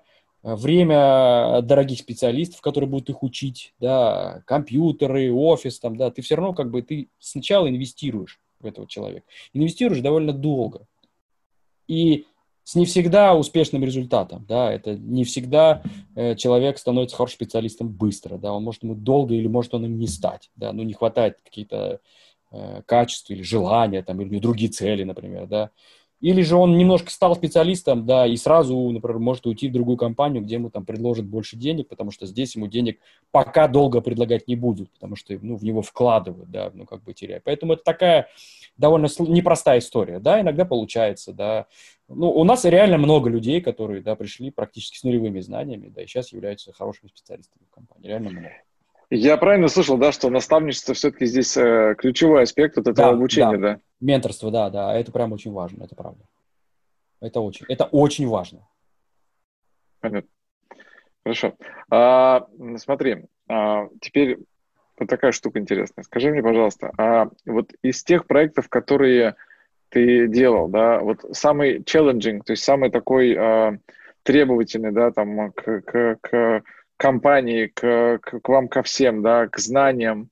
дорогих специалистов, которые будут их учить, да, компьютеры, офис, там, да, ты все равно как бы ты сначала инвестируешь в этого человека. Инвестируешь довольно долго. И с не всегда успешным результатом, да, это не всегда человек становится хорошим специалистом быстро, да, он может ему долго или может он им не стать, да, ну, не хватает каких-то качеств или желания, там, или другие цели, например, да. Или же он немножко стал специалистом, да, и сразу, например, может уйти в другую компанию, где ему там предложат больше денег, потому что здесь ему денег пока долго предлагать не будут, потому что, ну, в него вкладывают, да, ну, как бы теряя. Поэтому это такая довольно непростая история, да, иногда получается, да. Ну, у нас реально много людей, которые, да, пришли практически с нулевыми знаниями, да, и сейчас являются хорошими специалистами в компании, реально много. Я правильно слышал, да, что наставничество все-таки здесь ключевой аспект вот этого обучения, да? Менторство, да, это прям очень важно, это правда. Это очень важно. Понятно. Хорошо. Смотри, теперь вот такая штука интересная. Скажи мне, пожалуйста, вот из тех проектов, которые ты делал, да, вот самый challenging, то есть самый такой требовательный, да, там, к компании, к вам, ко всем, да, к знаниям,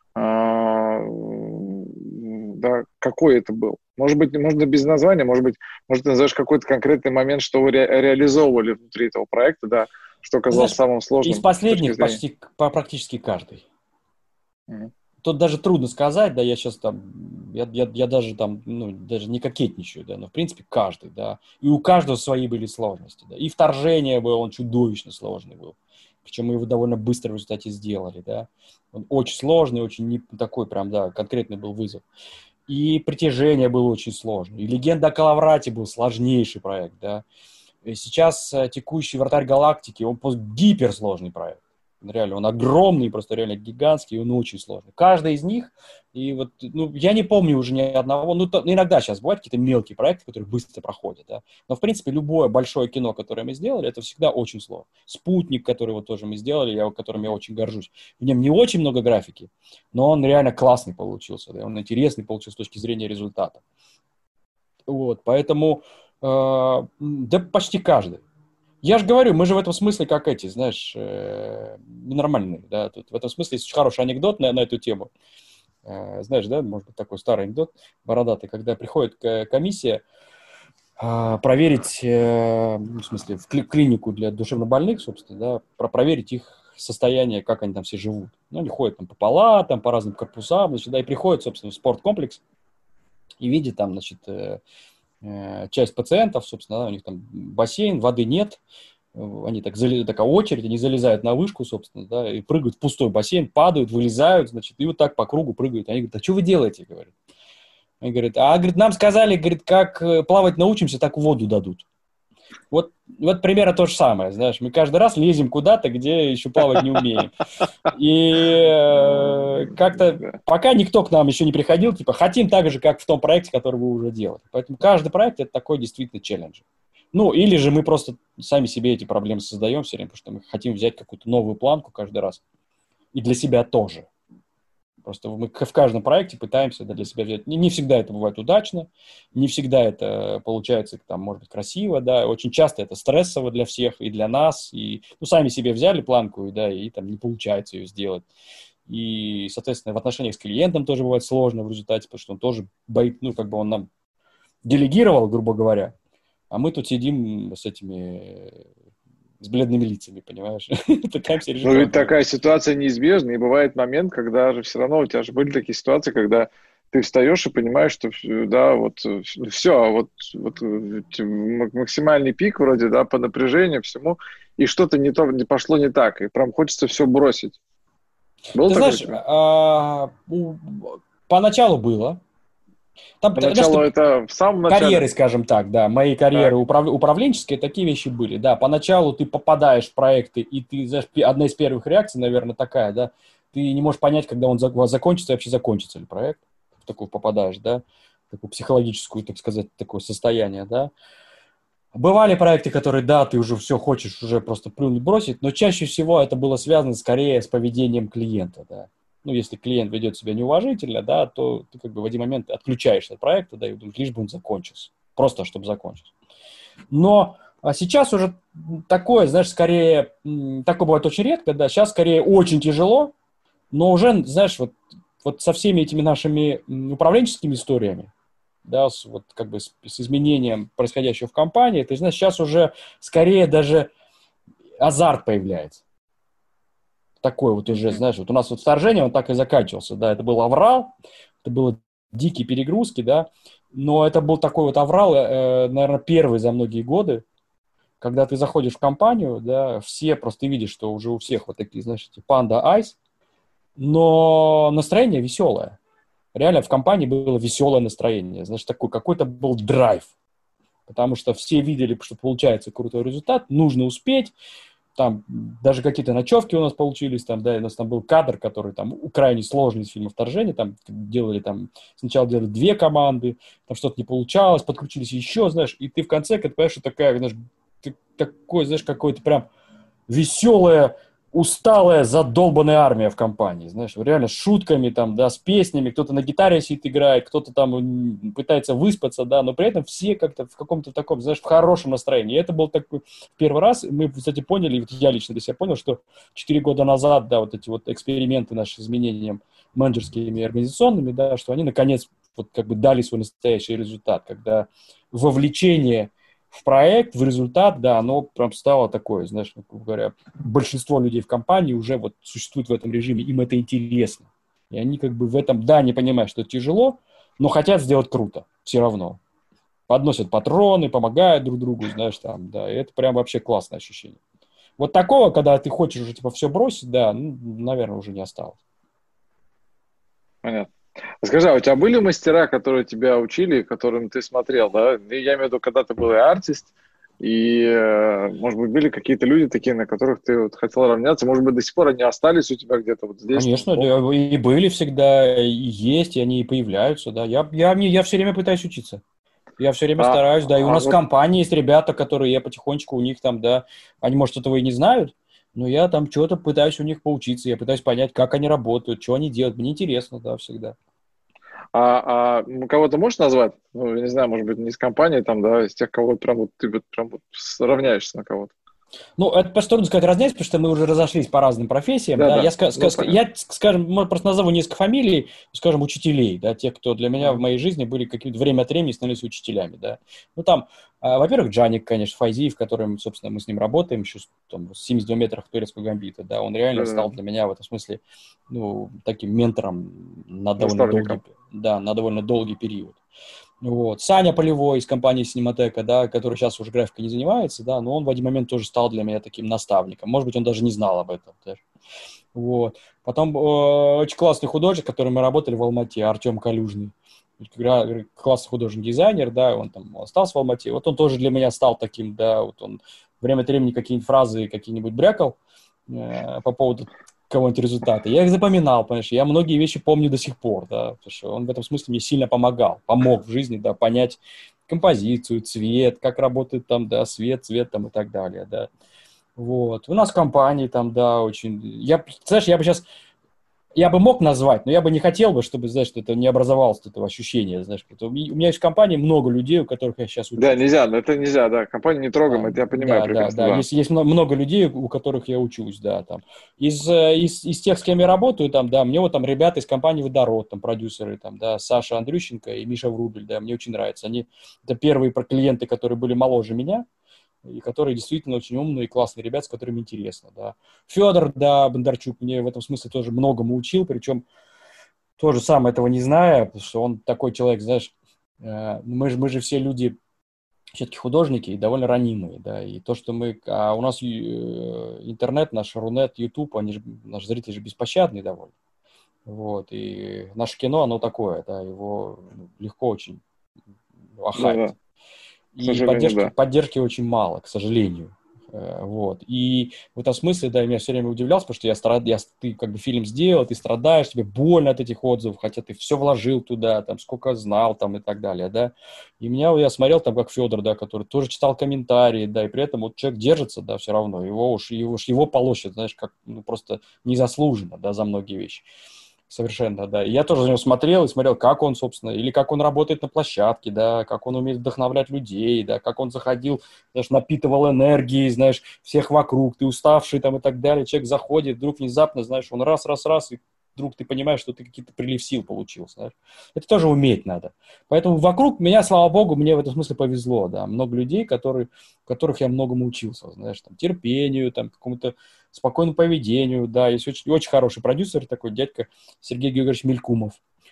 да, какой это был? Может быть, можно без названия, может, ты назовешь какой-то конкретный момент, что вы реализовывали внутри этого проекта, да, что казалось самым сложным. Из последних практически каждый. Тут даже трудно сказать, да, я сейчас там, я даже там, ну, даже не кокетничаю, да, но в принципе каждый, да, и у каждого свои были сложности, да, и вторжение было, он чудовищно сложный был, причем мы его довольно быстро в результате сделали, да, он очень сложный, очень не такой прям, да, конкретный был вызов, и притяжение было очень сложное, и Легенда о Калаврате был сложнейший проект, да, и сейчас текущий Вратарь Галактики, он гиперсложный проект. Реально, он огромный, просто реально гигантский, и он очень сложный. Каждый из них, и вот, ну, я не помню уже ни одного, ну, иногда сейчас бывают какие-то мелкие проекты, которые быстро проходят, да, но, в принципе, любое большое кино, которое мы сделали, это всегда очень сложно. «Спутник», который вот тоже мы сделали, которым я очень горжусь, в нем не очень много графики, но он реально классный получился, да, он интересный получился с точки зрения результата. Вот, поэтому, да почти каждый. Я же говорю, мы же в этом смысле как эти, знаешь, нормальные, да, тут в этом смысле есть очень хороший анекдот на эту тему. Знаешь, да, может быть, такой старый анекдот бородатый, когда приходит комиссия проверить, в смысле, в клинику для душевнобольных, собственно, да, проверить их состояние, как они там все живут. Ну, они ходят там по палатам, по разным корпусам, значит, да, и приходят, собственно, в спорткомплекс и видят там, значит, часть пациентов, собственно, да, у них там бассейн, воды нет, они такая очередь, они залезают на вышку, собственно, да, и прыгают в пустой бассейн, падают, вылезают, значит, и вот так по кругу прыгают. Они говорят, а что вы делаете, говорят. Они говорят, говорит, нам сказали, говорит, как плавать научимся, так воду дадут. Вот примерно то же самое, знаешь, мы каждый раз лезем куда-то, где еще плавать не умеем. И как-то пока никто к нам еще не приходил, типа, хотим так же, как в том проекте, который вы уже делали. Поэтому каждый проект – это такой действительно челлендж. Ну, или же мы просто сами себе эти проблемы создаем все время, потому что мы хотим взять какую-то новую планку каждый раз. И для себя тоже. Просто мы в каждом проекте пытаемся для себя взять. Не всегда это бывает удачно, не всегда это получается, там, может быть, красиво, да. Очень часто это стрессово для всех и для нас. И, ну, сами себе взяли планку, и там не получается ее сделать. И, соответственно, в отношениях с клиентом тоже бывает сложно в результате, потому что он тоже боит, ну, как бы он нам делегировал, грубо говоря, а мы тут сидим с бледными лицами, понимаешь? Пытаемся решить. Ну, ведь такая ситуация неизбежна, и бывает момент, когда же все равно у тебя же были такие ситуации, когда ты встаешь и понимаешь, что, да, вот все, вот максимальный пик вроде, да, по напряжению, всему, и что-то не пошло не так, и прям хочется все бросить. Был ты знаешь, поначалу было. Там, поначалу знаешь, это в самом начале. Карьеры, скажем так, да, мои карьеры управленческие, такие вещи были, да, поначалу ты попадаешь в проекты, и ты, знаешь, одна из первых реакций, наверное, такая, да, ты не можешь понять, когда он закончится, вообще закончится ли проект, в такую попадаешь, да, такую психологическую, так сказать, такое состояние, да. Бывали проекты, которые, да, ты уже все хочешь уже просто плюнуть, бросить, но чаще всего это было связано скорее с поведением клиента, да. Ну, если клиент ведет себя неуважительно, да, то ты как бы в один момент отключаешься от проекта, да, и думаешь, лишь бы он закончился. Просто, чтобы закончился. Но сейчас уже такое, знаешь, скорее, такое бывает очень редко, да, сейчас скорее очень тяжело, но уже, знаешь, вот со всеми этими нашими управленческими историями, да, вот как бы с изменением происходящего в компании, ты знаешь, сейчас уже скорее даже азарт появляется. Такой вот уже, знаешь, вот у нас вот вторжение, он так и заканчивался, да, это был аврал, это было дикие перегрузки, да, Но это был такой вот аврал, наверное, первый за многие годы, когда ты заходишь в компанию, да, все просто видишь, что уже у всех вот такие, знаешь, эти Panda Eyes, но настроение веселое. Реально в компании было веселое настроение, знаешь, такой какой-то был драйв, потому что все видели, что получается крутой результат, нужно успеть, там даже какие-то ночевки у нас получились, там, да, у нас там был кадр, который там крайне сложный из фильма «Вторжение», там делали там, сначала делали 2 команды, там что-то не получалось, подключились еще, знаешь, и ты в конце, как ты понимаешь, что такая, знаешь, ты такой, знаешь, какой-то прям веселая, усталая, задолбанная армия в компании, знаешь, реально с шутками там, да, с песнями, кто-то на гитаре сидит играет, кто-то там пытается выспаться, да, но при этом все как-то в каком-то таком, знаешь, в хорошем настроении. И это был такой первый раз, мы, кстати, поняли, вот я лично для себя понял, что 4 года назад, да, вот эти вот эксперименты наши с изменением менеджерскими и организационными, да, что они, наконец, вот как бы дали свой настоящий результат, когда вовлечение в проект, в результат, да, оно прям стало такое, знаешь, грубо говоря, большинство людей в компании уже вот существует в этом режиме, им это интересно. И они как бы в этом, да, не понимают, что это тяжело, но хотят сделать круто все равно. Подносят патроны, помогают друг другу, знаешь, там, да, и это прям вообще классное ощущение. Вот такого, когда ты хочешь уже типа все бросить, да, ну, наверное, уже не осталось. Понятно. Скажи, а у тебя были мастера, которые тебя учили, которым ты смотрел, да? И я имею в виду, когда ты был и артист, и, может быть, были какие-то люди такие, на которых ты вот хотел равняться, может быть, до сих пор они остались у тебя где-то вот здесь? Конечно, там, да, и были всегда, и есть, и они и появляются, да. Я все время пытаюсь учиться. Я все время стараюсь, да, и у нас в вот, компании есть ребята, которые я потихонечку у них там, да, они, может, этого и не знают, но я там что-то пытаюсь у них поучиться, я пытаюсь понять, как они работают, что они делают, мне интересно, да, всегда. кого-то можешь назвать? Ну, я не знаю, может быть, не из компании, там, да, из тех, кого прям вот ты вот прям вот сравняешься на кого-то. Ну, это по сторону сказать разнять, потому что мы уже разошлись по разным профессиям, да, Да-да, ну, понятно. я, скажем, просто назову несколько фамилий, скажем, учителей, да, тех, кто для меня в моей жизни были каким-то время от времени становились учителями, да. Ну, там, во-первых, Джаник, конечно, Файзиев, которым, собственно, мы с ним работаем еще там, с 72 метрах турецкого гамбита, да, он реально Да-да-да. стал для меня в этом смысле, ну, таким ментором на Наставником. на довольно долгий период. Вот. Саня Полевой из компании Cinemateca, да, который сейчас уже графикой не занимается, да, но он в один момент тоже стал для меня таким наставником. Может быть, он даже не знал об этом. Даже. Вот. Потом очень классный художник, с которым мы работали в Алмате, Артем Калюжный. Классный художник-дизайнер, да, он там остался в Алмате. Вот он тоже для меня стал таким, да, вот он время от времени какие-нибудь фразы какие-нибудь брякал по поводу кого-нибудь результата. Я их запоминал, понимаешь, я многие вещи помню до сих пор, да, потому что он в этом смысле мне сильно помог в жизни, да, понять композицию, цвет, как работает там, да, свет, цвет там и так далее, да. Вот. У нас в компании там, да, очень... Знаешь, я бы мог назвать, но я бы не хотел бы, чтобы, знаешь, что это не образовалось этого ощущения, знаешь. У меня есть в компании много людей, у которых я сейчас учусь. Да, нельзя, это нельзя, да, компанию не трогаем, это я понимаю Да, да, прекрасно, да. да. Есть много людей, у которых я учусь, да, там. Из тех, с кем я работаю, там, да, мне вот там ребята из компании «Водород», там, продюсеры, там, да, Саша Андрющенко и Миша Врубель, да, мне очень нравятся. Это первые клиенты, которые были моложе меня, и которые действительно очень умные и классные ребята, с которыми интересно, да. Федор, да, Бондарчук мне в этом смысле тоже многому учил, причем тоже сам этого не зная, потому что он такой человек, знаешь, мы же все люди все-таки художники и довольно ранимые, да, и то, что у нас интернет, наш Рунет, YouTube, наши зрители же беспощадные довольно, вот, и наше кино, оно такое, да, его легко очень Да, охапить. да, к И сожалению, да. поддержки очень мало, к сожалению. Вот. И в этом смысле, да, меня все время удивлялся, потому что ты как бы фильм сделал, ты страдаешь, тебе больно от этих отзывов, хотя ты все вложил туда, там, сколько знал, там, и так далее, да. И я смотрел там, как Федор, да, который тоже читал комментарии, да, и при этом вот человек держится, да, все равно, его полощет, знаешь, как, ну, просто незаслуженно, да, за многие вещи. Совершенно, да. И я тоже за него смотрел и смотрел, как он, собственно, или как он работает на площадке, да, как он умеет вдохновлять людей, да, как он заходил, знаешь, напитывал энергией, знаешь, всех вокруг, ты уставший там и так далее, человек заходит, вдруг внезапно, знаешь, он раз, и вдруг ты понимаешь, что ты какие-то прилив сил получил, знаешь. Это тоже уметь надо. Поэтому вокруг меня, слава богу, мне в этом смысле повезло, да, много людей, которых я многому учился, знаешь, там, терпению, там, какому-то спокойному поведению, да, есть очень, очень хороший продюсер такой, дядька Сергей Георгиевич Мелькумов,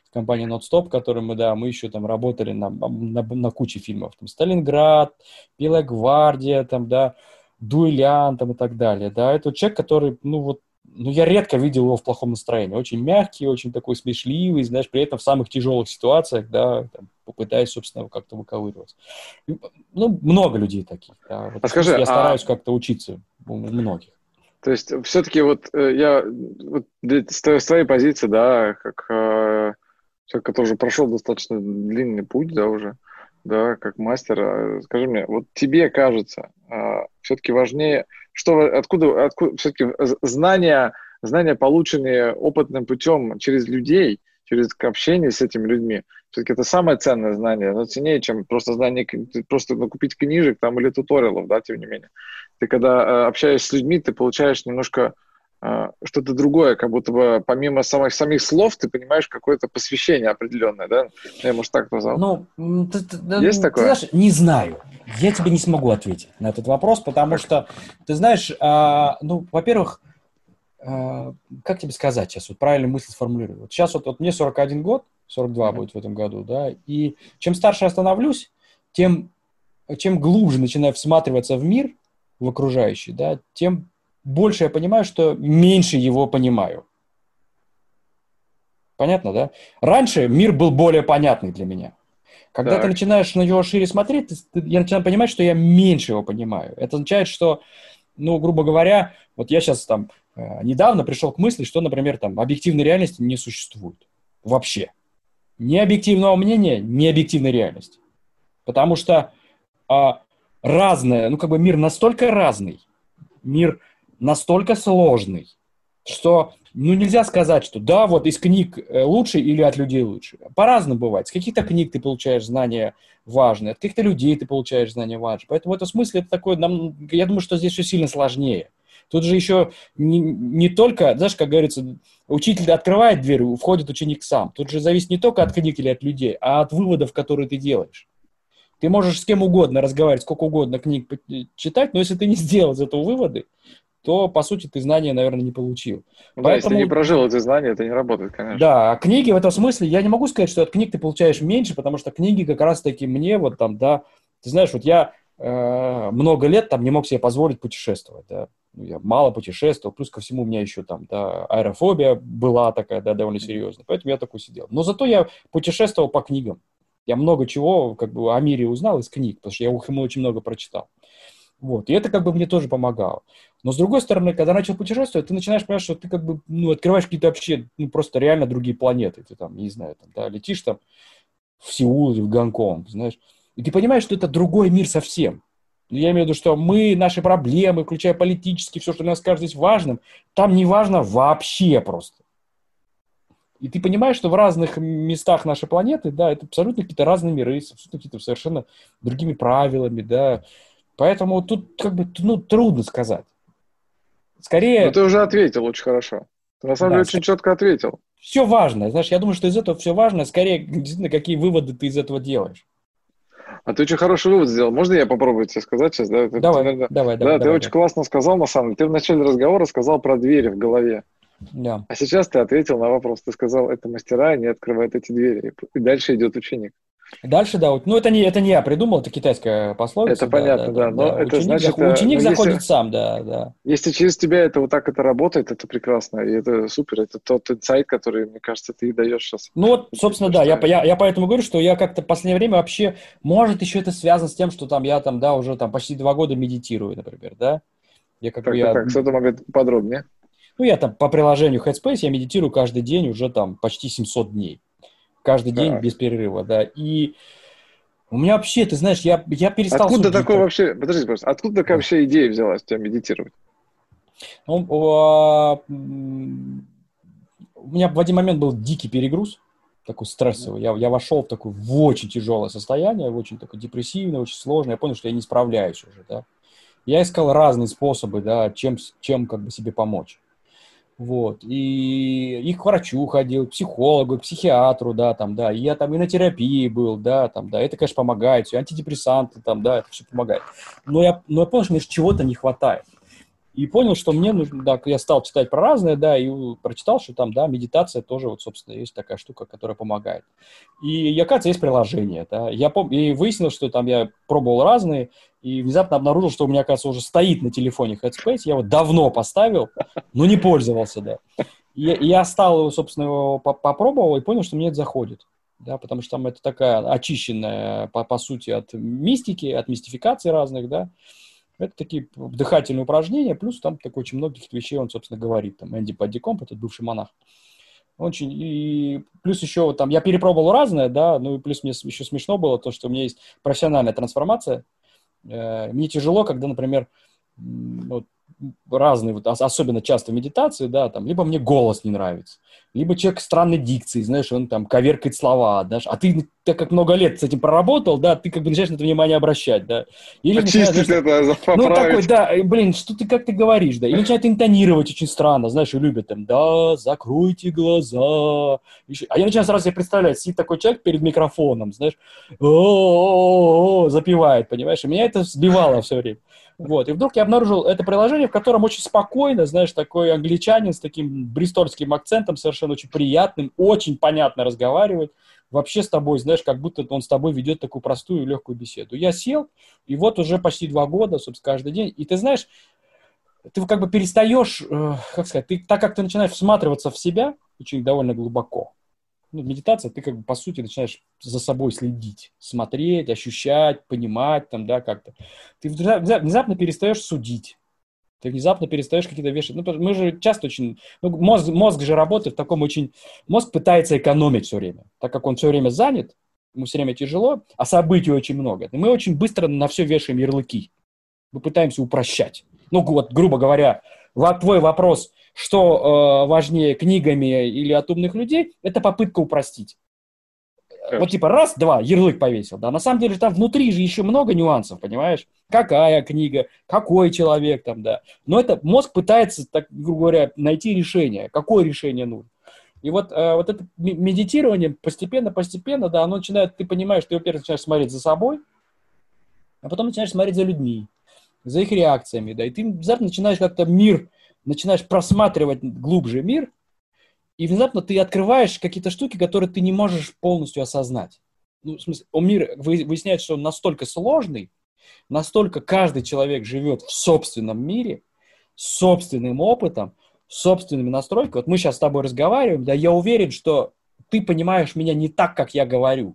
компания Nonstop, которой мы еще там работали на куче фильмов. Там «Сталинград», «Белая гвардия», там, да, «Дуэлянт» там, и так далее. Да, это человек, который, я редко видел его в плохом настроении. Очень мягкий, очень такой смешливый, знаешь, при этом в самых тяжелых ситуациях, да, там, попытаясь, собственно, как-то выковыриваться. Много людей таких, да. Вот, скажи, я стараюсь как-то учиться у многих. То есть все-таки я с твоей позиции, да, как человек, который уже прошел достаточно длинный путь, да, уже, да, как мастер, скажи мне, вот тебе кажется, все-таки важнее, откуда все-таки знания, полученные опытным путем через людей, через общение с этими людьми, все-таки это самое ценное знание, но ценнее, чем просто знание, просто купить книжек там или туториалов, да, тем не менее. Ты когда общаешься с людьми, ты получаешь немножко что-то другое, как будто бы помимо самих слов ты понимаешь какое-то посвящение определенное, да? Я, может, так назвал. Есть такое? Ты знаешь, не знаю. Я тебе не смогу ответить на этот вопрос, потому что, ты знаешь, во-первых, как тебе сказать сейчас, вот правильную мысль сформулирую. Вот сейчас вот мне 41 год, 42 будет в этом году, да, и чем старше я становлюсь, чем глубже начинаю всматриваться в мир, в окружающий, да, тем больше я понимаю, что меньше его понимаю. Понятно, да? Раньше мир был более понятный для меня. Когда ты начинаешь на него шире смотреть, я начинаю понимать, что я меньше его понимаю. Это означает, что, грубо говоря, вот я сейчас там недавно пришел к мысли, что, например, там объективной реальности не существует. Вообще. Ни объективного мнения, ни объективной реальности. Потому что разное, мир настолько разный, мир настолько сложный, что, нельзя сказать, что да, вот из книг лучше или от людей лучше. По-разному бывает. С каких-то книг ты получаешь знания важные, от каких-то людей ты получаешь знания важные. Поэтому в этом смысле это такое, я думаю, что здесь все сильно сложнее. Тут же еще не только, знаешь, как говорится, учитель открывает дверь, входит ученик сам. Тут же зависит не только от книг или от людей, а от выводов, которые ты делаешь. Ты можешь с кем угодно разговаривать, сколько угодно книг читать, но если ты не сделал из этого выводы, то, по сути, ты знания, наверное, не получил. Поэтому, если не прожил эти знания, это не работает, конечно. Да, а книги в этом смысле, я не могу сказать, что от книг ты получаешь меньше, потому что книги как раз-таки мне ты знаешь, вот я много лет там не мог себе позволить путешествовать, да. Я мало путешествовал, плюс ко всему у меня еще там, да, аэрофобия была такая, да, довольно серьезная, поэтому я такой сидел. Но зато я путешествовал по книгам. Я много чего о мире узнал из книг, потому что я их очень много прочитал. Вот. И это мне тоже помогало. Но, с другой стороны, когда начал путешествовать, ты начинаешь понимать, что ты открываешь какие-то вообще, просто реально другие планеты. Ты там, не знаю, летишь там в Сеул или в Гонконг, знаешь, и ты понимаешь, что это другой мир совсем. Я имею в виду, что наши проблемы, включая политические, все, что для нас кажется здесь важным, там не важно вообще просто. И ты понимаешь, что в разных местах нашей планеты, да, это абсолютно какие-то разные миры, абсолютно какие-то совершенно другими правилами, да. Поэтому тут трудно сказать. Скорее... Но ты уже ответил очень хорошо. Ты на самом деле очень четко ответил. Все важно. Знаешь, я думаю, что из этого все важно. Скорее, действительно, какие выводы ты из этого делаешь. А ты очень хороший вывод сделал. Можно я попробую тебе сказать сейчас? Да? Давай. Ты очень классно сказал, на самом деле. Ты в начале разговора сказал про двери в голове. Да. А сейчас ты ответил на вопрос. Ты сказал, это мастера, они открывают эти двери. И дальше идет ученик. Дальше, да. Это не я придумал, это китайская пословица. Это понятно, да. Но это ученик, значит... Ученик заходит сам, да. Если через тебя это вот так это работает, это прекрасно. И это супер. Это тот инсайт, который, мне кажется, ты даешь сейчас. Собственно, да. Я поэтому говорю, что я как-то в последнее время вообще... Может, еще это связано с тем, что я уже почти 2 года медитирую, например, да? Так, что-то могут подробнее. Я по приложению Headspace я медитирую каждый день уже почти 700 дней. Каждый день без перерыва, да. И у меня вообще, ты знаешь, я перестал... Откуда такое вообще... Подожди, просто. Откуда такая вообще идея взялась у тебя медитировать? У меня в один момент был дикий перегруз, такой стрессовый. Я вошел в очень тяжелое состояние, в очень такое депрессивное, очень сложное. Я понял, что я не справляюсь уже, да. Я искал разные способы, да, чем себе помочь. Вот, и к врачу ходил, к психологу, к психиатру, да, и я и на терапии был, да, это, конечно, помогает, все, антидепрессанты, да, это все помогает. Но я понял, что мне чего-то не хватает. И понял, что мне нужно, да, я стал читать про разное, да, и прочитал, что там, да, медитация тоже, вот, собственно, есть такая штука, которая помогает. И, оказывается, есть приложение, да, и выяснилось, что там я пробовал разные, и внезапно обнаружил, что у меня, оказывается, уже стоит на телефоне Headspace, я его давно поставил, но не пользовался, да. И я стал, собственно, его попробовал и понял, что мне это заходит, да, потому что там это такая очищенная, по сути, от мистики, от мистификаций разных, да. Это такие дыхательные упражнения, плюс там такой очень многих вещей он, собственно, говорит. Там Энди Паддикомп, этот бывший монах. Очень, и плюс еще там, я перепробовал разное, да, ну и плюс мне еще смешно было то, что у меня есть профессиональная трансформация. Мне тяжело, когда, например, вот, разные, вот, особенно часто в медитации, да, там, либо мне голос не нравится, либо человек странной дикции, знаешь, он там коверкает слова, да, а ты, так как много лет с этим проработал, да, ты как бы начинаешь на это внимание обращать, да. Или очистить это, поправить. Ну, такой, да, блин, что ты, как ты говоришь, да, или начинает интонировать очень странно, знаешь, и любят там, да, закройте глаза, а я начинаю сразу себе представлять, сидит такой человек перед микрофоном, знаешь, запевает, понимаешь, и меня это сбивало все время. Вот, и вдруг я обнаружил это приложение, в котором очень спокойно, знаешь, такой англичанин с таким бристольским акцентом, совершенно очень приятным, очень понятно разговаривает, вообще с тобой, знаешь, как будто он с тобой ведет такую простую и легкую беседу. Я сел, и вот уже почти 2 года, собственно, каждый день, и ты знаешь, ты как бы перестаешь, как сказать, так как ты начинаешь всматриваться в себя очень довольно глубоко, ну, медитация, ты как бы, по сути, начинаешь за собой следить, смотреть, ощущать, понимать, там, да, как-то. Ты внезапно перестаешь судить, ты внезапно перестаешь какие-то вещи. Ну, мы же часто очень... Ну, мозг же работает в таком очень... Мозг пытается экономить все время. Так как он все время занят, ему все время тяжело, а событий очень много. И мы очень быстро на все вешаем ярлыки. Мы пытаемся упрощать. Ну, вот, грубо говоря, твой вопрос, что важнее, книгами или от умных людей, это попытка упростить. Вот типа раз, два, ярлык повесил, да. На самом деле там внутри же еще много нюансов, понимаешь? Какая книга, какой человек там, да. Но это мозг пытается, так, грубо говоря, найти решение. Какое решение нужно? И вот это медитирование постепенно, да, оно начинает, ты понимаешь, ты, во-первых, начинаешь смотреть за собой, а потом начинаешь смотреть за людьми, за их реакциями, да. И ты внезапно начинаешь как-то начинаешь просматривать глубже мир, и внезапно ты открываешь какие-то штуки, которые ты не можешь полностью осознать. Ну, в смысле, мир выясняется, что он настолько сложный, настолько каждый человек живет в собственном мире, с собственным опытом, с собственными настройками. Вот мы сейчас с тобой разговариваем, да, я уверен, что ты понимаешь меня не так, как я говорю.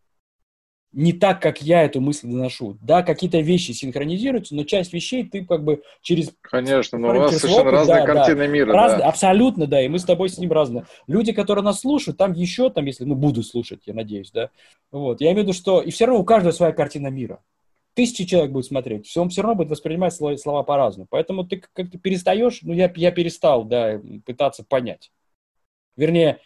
Не так, как я эту мысль доношу. Да, какие-то вещи синхронизируются, но часть вещей ты как бы через... Конечно, но у вас совершенно разные картины мира. Да. Абсолютно, да, и мы с тобой с ним разные. Люди, которые нас слушают, там еще, там, если, будут слушать, я надеюсь, да, вот, я имею в виду, что и все равно у каждого своя картина мира. 1000 человек будет смотреть, он все равно будет воспринимать слова по-разному. Поэтому ты как-то перестаешь, я перестал, да, пытаться понять. Вернее,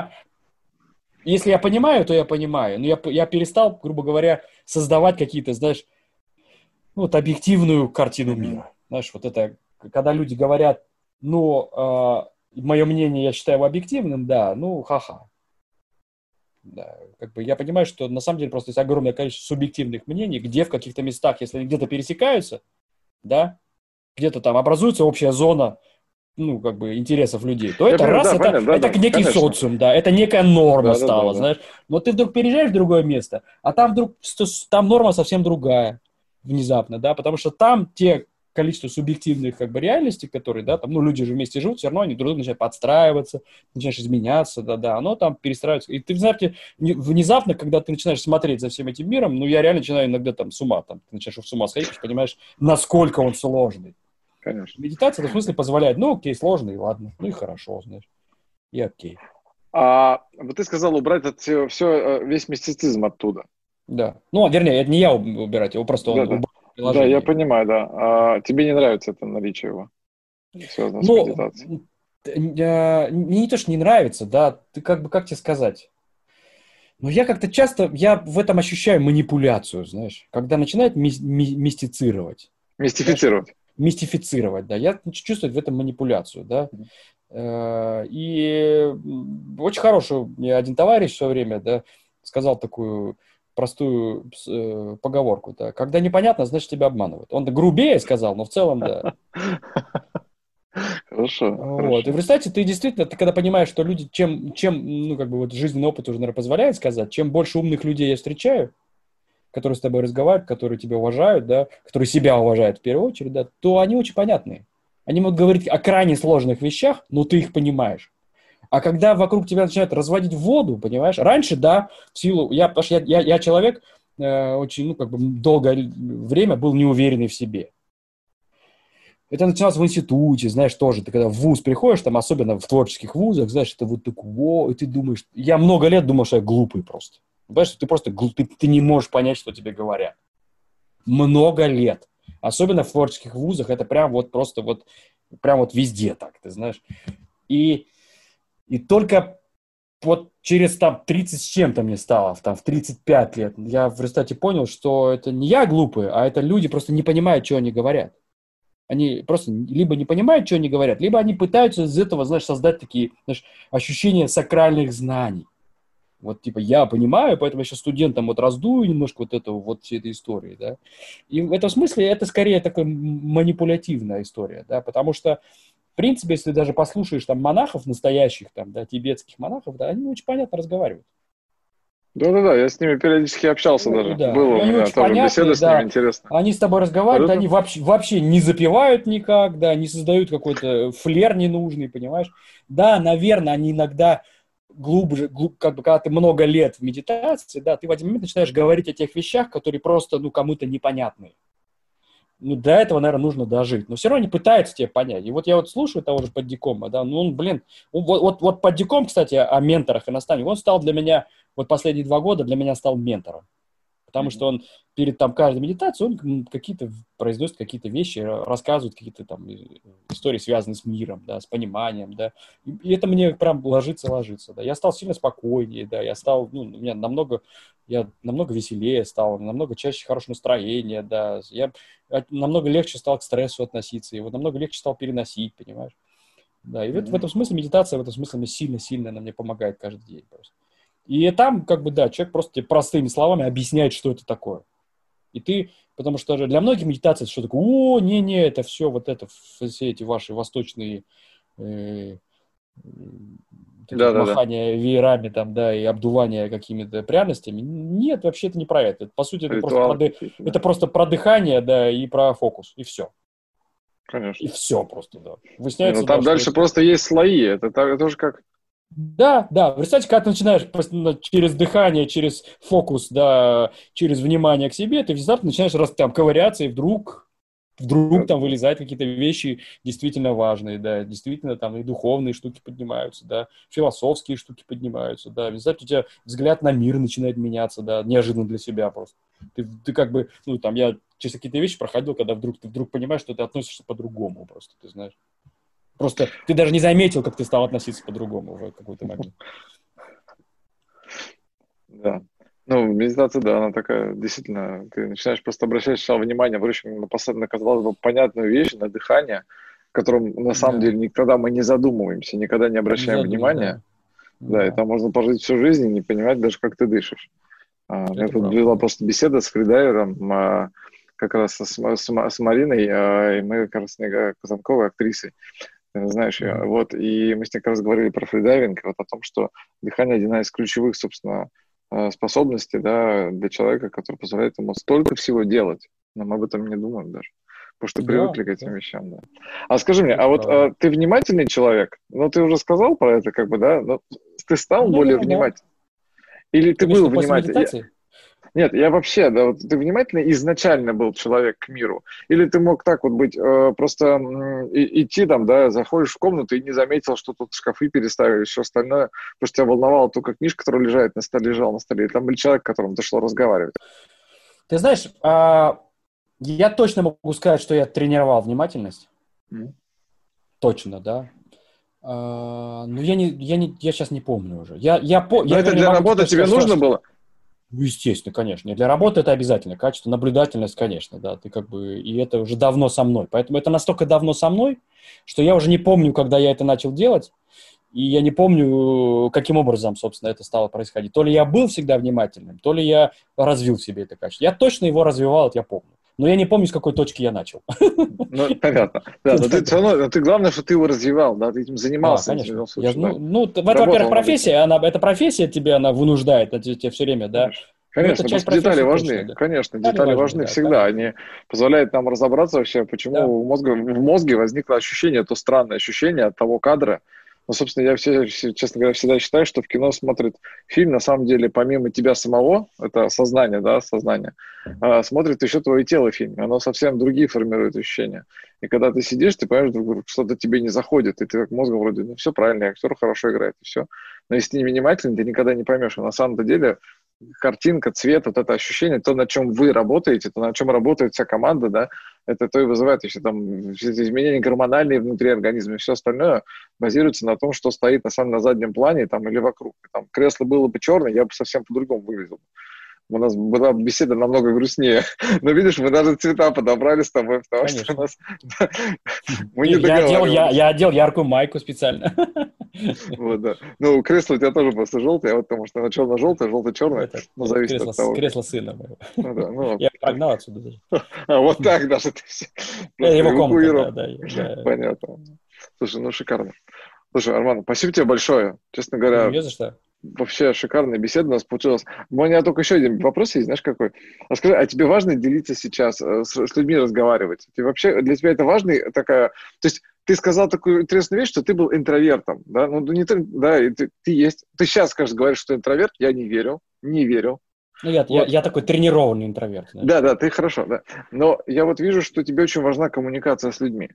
если я понимаю, то я понимаю. Но я перестал, грубо говоря, создавать какие-то, знаешь, вот объективную картину мира. Знаешь, вот это, когда люди говорят, мое мнение, я считаю его объективным, да, ха-ха. Да, как бы я понимаю, что на самом деле просто есть огромное количество субъективных мнений, где в каких-то местах, если они где-то пересекаются, да, где-то там образуется общая зона, интересов людей, то это некий социум, да, это некая норма стала, знаешь. Но ты вдруг переезжаешь в другое место, а там вдруг там норма совсем другая внезапно, да, потому что там те количество субъективных реальностей, которые, да, там, люди же вместе живут, все равно они друг другу начинают подстраиваться, начинаешь изменяться, да, оно там перестраивается. И ты, знаете, внезапно, когда ты начинаешь смотреть за всем этим миром, я реально начинаю иногда там с ума, ты начинаешь с ума сходить, потому что понимаешь, насколько он сложный. Конечно. Медитация в смысле позволяет, окей, сложно, и ладно, и хорошо, знаешь, и окей. Вот ты сказал убрать весь мистицизм оттуда. Да, вернее, это не я убирать, его просто он убрал приложение. Да, я понимаю, да. Тебе не нравится это наличие его, связанное с медитацией? Мне не то, что не нравится, да, ты как тебе сказать? Но я как-то часто, я в этом ощущаю манипуляцию, знаешь, когда начинает мистицировать. Мистифицировать. Мистифицировать, да. Я чувствую в этом манипуляцию, да. И очень хороший мне один товарищ в свое время, да, сказал такую простую поговорку, да. Когда непонятно, значит, тебя обманывают. Он грубее сказал, но в целом, да. Хорошо. Вот. И в результате ты действительно, ты когда понимаешь, что люди, ну, как бы вот жизненный опыт уже, наверное, позволяет сказать, чем больше умных людей я встречаю, которые с тобой разговаривают, которые тебя уважают, да, которые себя уважают в первую очередь, да, то они очень понятные. Они могут говорить о крайне сложных вещах, но ты их понимаешь. А когда вокруг тебя начинают разводить воду, понимаешь? Раньше, да, в силу... Потому что я человек очень, ну, как бы долгое время был неуверенный в себе. Это начиналось в институте, знаешь, тоже. Ты когда в вуз приходишь, там, особенно в творческих вузах, знаешь, это вот такое, и ты думаешь... Я много лет думал, что я глупый просто. Понимаешь, ты просто ты не можешь понять, что тебе говорят. Много лет. Особенно в творческих вузах, это прям вот просто вот, прям вот везде так, ты знаешь. И только вот через там 30 с чем-то мне стало, там в 35 лет, я в результате понял, что это не я глупый, а это люди просто не понимают, что они говорят. Они просто либо не понимают, что они говорят, либо они пытаются из этого, знаешь, создать такие, знаешь, ощущения сакральных знаний. Вот типа я понимаю, поэтому я сейчас студентам вот раздую немножко вот этого, вот всей этой истории, да. И в этом смысле это скорее такая манипулятивная история, да, потому что в принципе, если даже послушаешь там монахов настоящих, там, да, тибетских монахов, да, они очень понятно разговаривают. Да-да-да, я с ними периодически общался даже. Да. Было у меня тоже беседа с ними, интересно. Они с тобой разговаривают, они вообще не запевают никак, да, не создают какой-то флер ненужный, понимаешь? Да, наверное, они иногда глубже, как бы, когда ты много лет в медитации, да, ты в один момент начинаешь говорить о тех вещах, которые просто, ну, кому-то непонятны. Ну, до этого, наверное, нужно дожить. Но все равно они пытаются тебя понять. И вот я вот слушаю того же Поддикома, да, ну, он, блин, вот Поддиком, кстати, о менторах и наставниках, он стал для меня, вот последние 2 года для меня стал ментором. Потому что он перед там каждой медитацией, он какие-то произносит какие-то вещи, рассказывает какие-то там истории, связанные с миром, да, с пониманием, да. И это мне прям ложится, да. Я стал сильно спокойнее, да, я стал, ну, у меня намного веселее стал, намного чаще хорошее настроение, да. Я намного легче стал к стрессу относиться, его намного легче стал переносить, понимаешь? Да, и в этом смысле медитация, в этом смысле сильно-сильно она мне помогает каждый день просто. И там, как бы, да, человек просто тебе простыми словами объясняет, что это такое. И ты, потому что для многих медитация это что такое? О, не-не, это все вот это, все эти ваши восточные махания веерами там, да, и обдувание какими-то пряностями. Нет, вообще это не про это. По сути, это просто про дыхание, да, и про фокус, и все. Конечно. И все просто, да. Выясняется, ну, там дальше просто есть слои. Это тоже как... Да. В результате, когда ты начинаешь через дыхание, через фокус, да, через внимание к себе, ты внезапно начинаешь там ковыряться, и вдруг там вылезают какие-то вещи действительно важные, да, действительно там и духовные штуки поднимаются, да, философские штуки поднимаются, да, внезапно у тебя взгляд на мир начинает меняться, да, неожиданно для себя просто. Ты как бы, ну, там, я через какие-то вещи проходил, когда ты вдруг понимаешь, что ты относишься по-другому просто, ты знаешь. Просто ты даже не заметил, как ты стал относиться по-другому в какой-то момент. Да. Ну, медитация, да, она такая, действительно, ты начинаешь просто обращать сначала внимание, на, казалось бы, понятную вещь, на дыхание, которым на самом деле никогда мы не задумываемся, никогда не обращаем внимания. Да, и там можно прожить всю жизнь и не понимать даже, как ты дышишь. У меня тут была просто беседа с фридайвером, как раз с Мариной, и мы как раз с ней Казанковой, актрисой. Знаешь ее. Вот, и мы с ней как раз говорили про фридайвинг, вот о том, что дыхание одна из ключевых, собственно, способностей, да, для человека, который позволяет ему столько всего делать. Но мы об этом не думаем даже. Потому что привыкли к этим вещам, да. А скажи мне, ты внимательный человек? Ну, ты уже сказал про это, как бы, да? Но ты стал более внимательным? Или ты был внимательный? Нет, я вообще, да, вот ты внимательно изначально был человек к миру? Или ты мог так вот быть, просто идти там, да, заходишь в комнату и не заметил, что тут шкафы переставили, все остальное, потому что тебя волновала только книжка, которая лежала на столе, и там был человек, к которому ты шел разговаривать? Ты знаешь, я точно могу сказать, что я тренировал внимательность. Точно, да. Но я сейчас не помню уже. Это для работы тебе нужно было? Ну, естественно, конечно. Для работы это обязательно. Качество, наблюдательность, конечно, да. Ты как бы... И это уже давно со мной. Поэтому это настолько давно со мной, что я уже не помню, когда я это начал делать. и я не помню, каким образом, собственно, это стало происходить. То ли я был всегда внимательным, то ли я развил в себе это качество. Я точно его развивал, это я помню. Но я не помню, с какой точки я начал. Ну, понятно. Да, но ты все равно, ты главное, что ты его развивал, да, ты этим занимался. Конечно. Это, во-первых, профессия, эта профессия тебя, она вынуждает, тебе все время, да. Конечно, детали важны, да. Конечно, детали важны всегда. Они позволяют нам разобраться вообще, почему в мозге возникло ощущение, то странное ощущение от того кадра. Ну, собственно, я, честно говоря, всегда считаю, что в кино смотрит фильм, на самом деле, помимо тебя самого, это сознание, да, сознание, смотрит еще твое тело фильм. Оно совсем другие формирует ощущения. И когда ты сидишь, ты понимаешь, что что-то тебе не заходит, и ты как мозгом вроде, ну, все правильно, актер хорошо играет, и все. Но если ты не внимательный, ты никогда не поймешь. И на самом-то деле картинка, цвет, вот это ощущение, то, на чем вы работаете, то, на чем работает вся команда, да, это то и вызывает еще там все эти изменения гормональные внутри организма, и все остальное базируется на том, что стоит на самом на заднем плане там, или вокруг. Там, кресло было бы черное, я бы совсем по-другому выглядел. У нас была беседа намного грустнее. Но видишь, мы даже цвета подобрали с тобой, потому что у нас... Мы не договаривались. Я одел яркую майку специально. Вот, да. Ну, кресло у тебя тоже просто желтое, потому что оно черно-желтое, желто-черное. Ну, зависит от того. Кресло сына моего. Я прогнал отсюда даже. А, вот так даже ты все. Его комната, да. Понятно. Слушай, ну, шикарно. Слушай, Арман, спасибо тебе большое. Честно говоря, не за что. Вообще шикарная беседа у нас получилась. У меня только еще один вопрос есть, знаешь, какой? Расскажи, а тебе важно делиться сейчас, с людьми разговаривать? Ты вообще, для тебя это важно такая... То есть ты сказал такую интересную вещь, что ты был интровертом, да? Ну, не ты, да, и ты есть. Ты сейчас, кажется, говоришь, что интроверт. Я не верю, не верю. Ну, я такой тренированный интроверт. Да, ты хорошо, да. Но я вот вижу, что тебе очень важна коммуникация с людьми.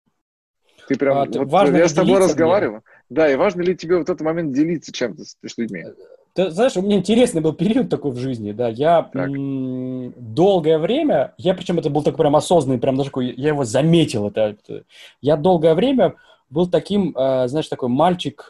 Ты прям, я с тобой разговариваю. Да, и важно ли тебе в этот момент делиться чем-то с людьми? Ты знаешь, у меня интересный был период такой в жизни, да, я долгое время, причем это был такой прям осознанный, прям даже такой, я его заметил, я долгое время был таким, знаешь, такой мальчик,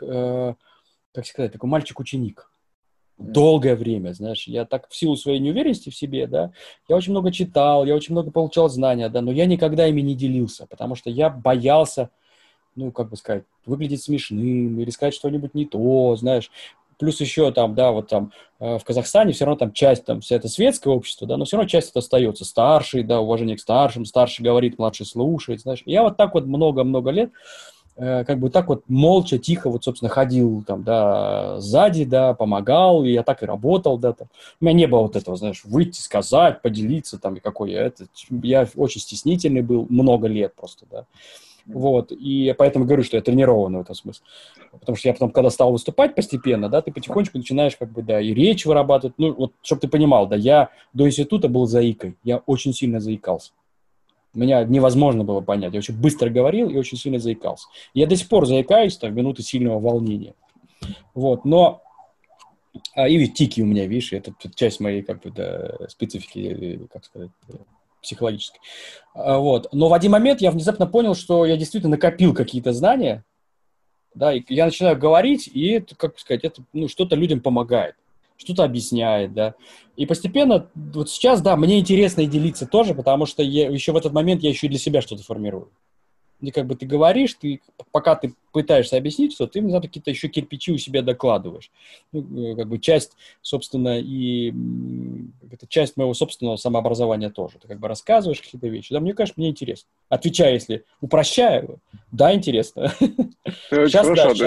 как сказать, такой мальчик-ученик. Долгое время, знаешь, я так в силу своей неуверенности в себе, да, я очень много читал, я очень много получал знания, да, но я никогда ими не делился, потому что я боялся, ну, как бы сказать, выглядеть смешным или сказать что-нибудь не то, знаешь. Плюс еще там, да, вот там в Казахстане все равно там часть, там вся это светское общество, да, но все равно часть это остается. Старший, да, уважение к старшим, старший говорит, младший слушает, знаешь. И я вот так вот много-много лет как бы так вот молча, тихо вот, собственно, ходил там, да, сзади, да, помогал, и я так и работал, да, там. У меня не было вот этого, знаешь, выйти, сказать, поделиться, там, и какой я очень стеснительный был много лет просто, да. Вот, и поэтому говорю, что я тренированный в этом смысле. Потому что я потом, когда стал выступать постепенно, да, ты потихонечку начинаешь, как бы, да, и речь вырабатывать. Ну, вот, чтобы ты понимал, да, я до института был заикой, я очень сильно заикался. Меня невозможно было понять. Я очень быстро говорил и очень сильно заикался. Я до сих пор заикаюсь, там, в минуты сильного волнения. Вот, но... И ведь тики у меня, видишь, это часть моей, как бы, да, специфики, как сказать, психологической. Вот. Но в один момент я внезапно понял, что я действительно накопил какие-то знания, да, и я начинаю говорить, и это, как сказать, это, ну, что-то людям помогает, что-то объясняет, да. И постепенно, вот сейчас, да, мне интересно и делиться тоже, потому что еще в этот момент я еще и для себя что-то формирую. И как бы ты говоришь, пока ты пытаешься объяснить, что ты, внезапно, какие-то еще кирпичи у себя докладываешь. Ну, как бы часть, собственно, и это часть моего собственного самообразования тоже. Ты как бы рассказываешь какие-то вещи. Да, мне кажется, мне интересно. Отвечаю, если упрощаю, да, интересно. Сейчас,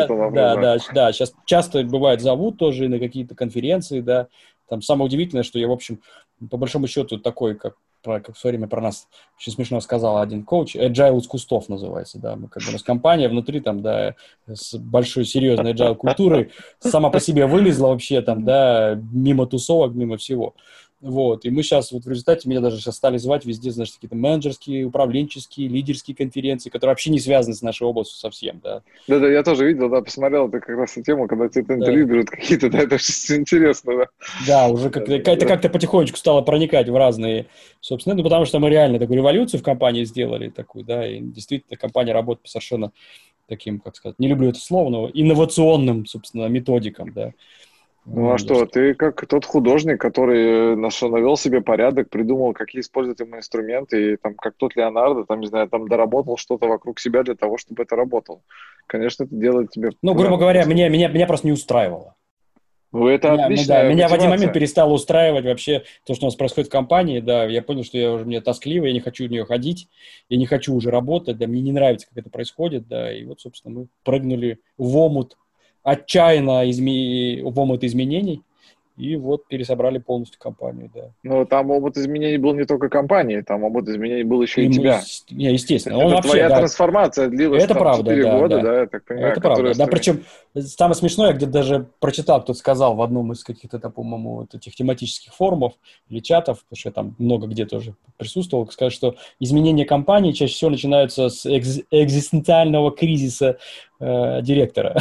да, сейчас часто бывает зовут тоже на какие-то конференции, да. Там самое удивительное, что я, в общем, по большому счету такой, как в свое время про нас очень смешно сказал один коуч, agile из кустов называется, да, мы как бы у нас компания внутри там, да, с большой серьезной agile культурой сама по себе вылезла вообще там, да, мимо тусовок, мимо всего. Вот, и мы сейчас, вот в результате меня даже сейчас стали звать везде, значит, какие-то менеджерские, управленческие, лидерские конференции, которые вообще не связаны с нашей областью совсем, да. Да, я тоже видел, да, посмотрел, это как раз тему, когда тебе интервью берут какие-то, да, это очень интересно, да. Да, уже это как-то потихонечку стало проникать в разные, собственно, ну, потому что мы реально такую революцию в компании сделали, такую, да, и действительно компания работает по совершенно таким, как сказать, не люблю это слово, но инновационным, собственно, методикам, да. Ну а что, ты как тот художник, который навел себе порядок, придумал, какие использовать ему инструменты, и там, как тот Леонардо, там, не знаю, там доработал что-то вокруг себя для того, чтобы это работало. Конечно, это делает тебе... Ну, грубо говоря, меня просто не устраивало. Ну, это отличная Меня в один момент мотивация. перестало устраивать вообще то, что у нас происходит в компании, да, я понял, что мне тоскливо, я не хочу в нее ходить, я не хочу уже работать, да, мне не нравится, как это происходит, да, и вот, собственно, мы прыгнули в омут, отчаянно в омут изменений, и вот пересобрали полностью компанию, да. Но там опыт изменений был не только компании, там опыт изменений был еще и тебя. Естественно. Это твоя трансформация длилась это там правда, 4 да, года, да. да, я так понимаю. Это правда. Да, причем самое смешное, я где-то даже прочитал, кто-то сказал в одном из каких-то, по-моему, вот этих тематических форумов или чатов, потому что я там много где тоже присутствовал, сказать, что изменения компании чаще всего начинаются с экзистенциального кризиса директора.